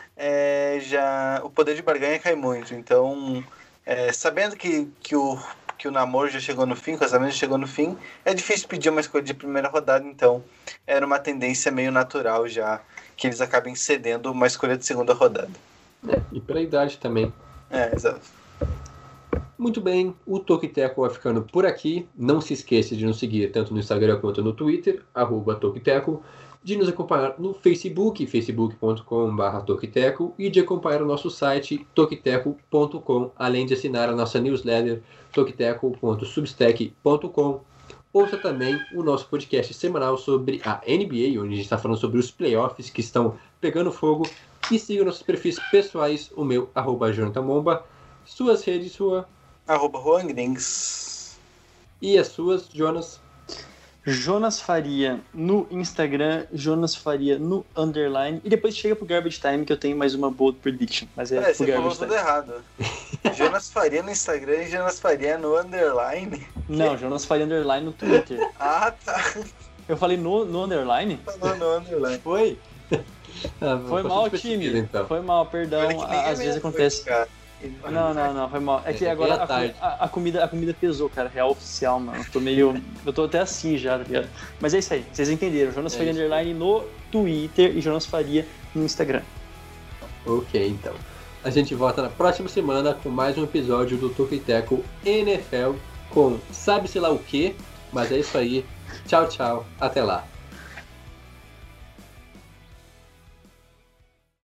D: é, já o poder de barganha cai muito. Então, é, sabendo que, que, o, que o namoro já chegou no fim, o casamento já chegou no fim, é difícil pedir uma escolha de primeira rodada, então era uma tendência meio natural já que eles acabem cedendo uma escolha de segunda rodada.
B: É, e pela idade também.
D: É, exato.
B: Muito bem, o Toquiteco vai ficando por aqui. Não se esqueça de nos seguir tanto no Instagram quanto no Twitter, arroba Toquiteco, de nos acompanhar no Facebook, facebook ponto com barra Toquiteco, e de acompanhar o nosso site, toquiteco ponto com, além de assinar a nossa newsletter, toquiteco ponto substack ponto com. Ouça também o nosso podcast semanal sobre a N B A, onde a gente está falando sobre os playoffs que estão pegando fogo. E siga nossos perfis pessoais, o meu, arroba Jonathan Momba, suas redes, sua...
D: Arroba Juan Grings.
B: E as suas, Jonas?
C: Jonas Faria no Instagram, Jonas Faria no underline, e depois chega pro Garbage Time que eu tenho mais uma bold prediction. Mas é,
D: É,
C: pro
D: você falou
C: Garbage
D: tudo
C: Time.
D: errado. Jonas Faria no Instagram e Jonas Faria no underline.
C: Não, Jonas Faria underline no Twitter.
D: Ah, tá.
C: Eu falei no, no underline?
D: Falou no underline.
B: Foi? Ah,
C: Foi
B: passou
C: mal,
B: despercebido,
C: time.
B: Então.
C: Foi mal, perdão.
D: Olha que nem é
C: Às vezes
D: mesmo,
C: acontece.
D: cara.
C: Não, não, não, foi mal. É que
B: É,
C: agora
B: bem à
C: a,
B: tarde.
C: a- a comida, a comida pesou, cara. Real oficial, mano. Eu tô meio. Eu tô até assim já, tá ligado? Mas é isso aí, vocês entenderam. Jonas
B: É
C: Faria
B: isso.
C: Underline no Twitter e Jonas Faria no Instagram.
B: Ok, então. A gente volta na próxima semana com mais um episódio do Toquiteco N F L com sabe-se lá o quê, mas é isso aí. Tchau, tchau. Até lá.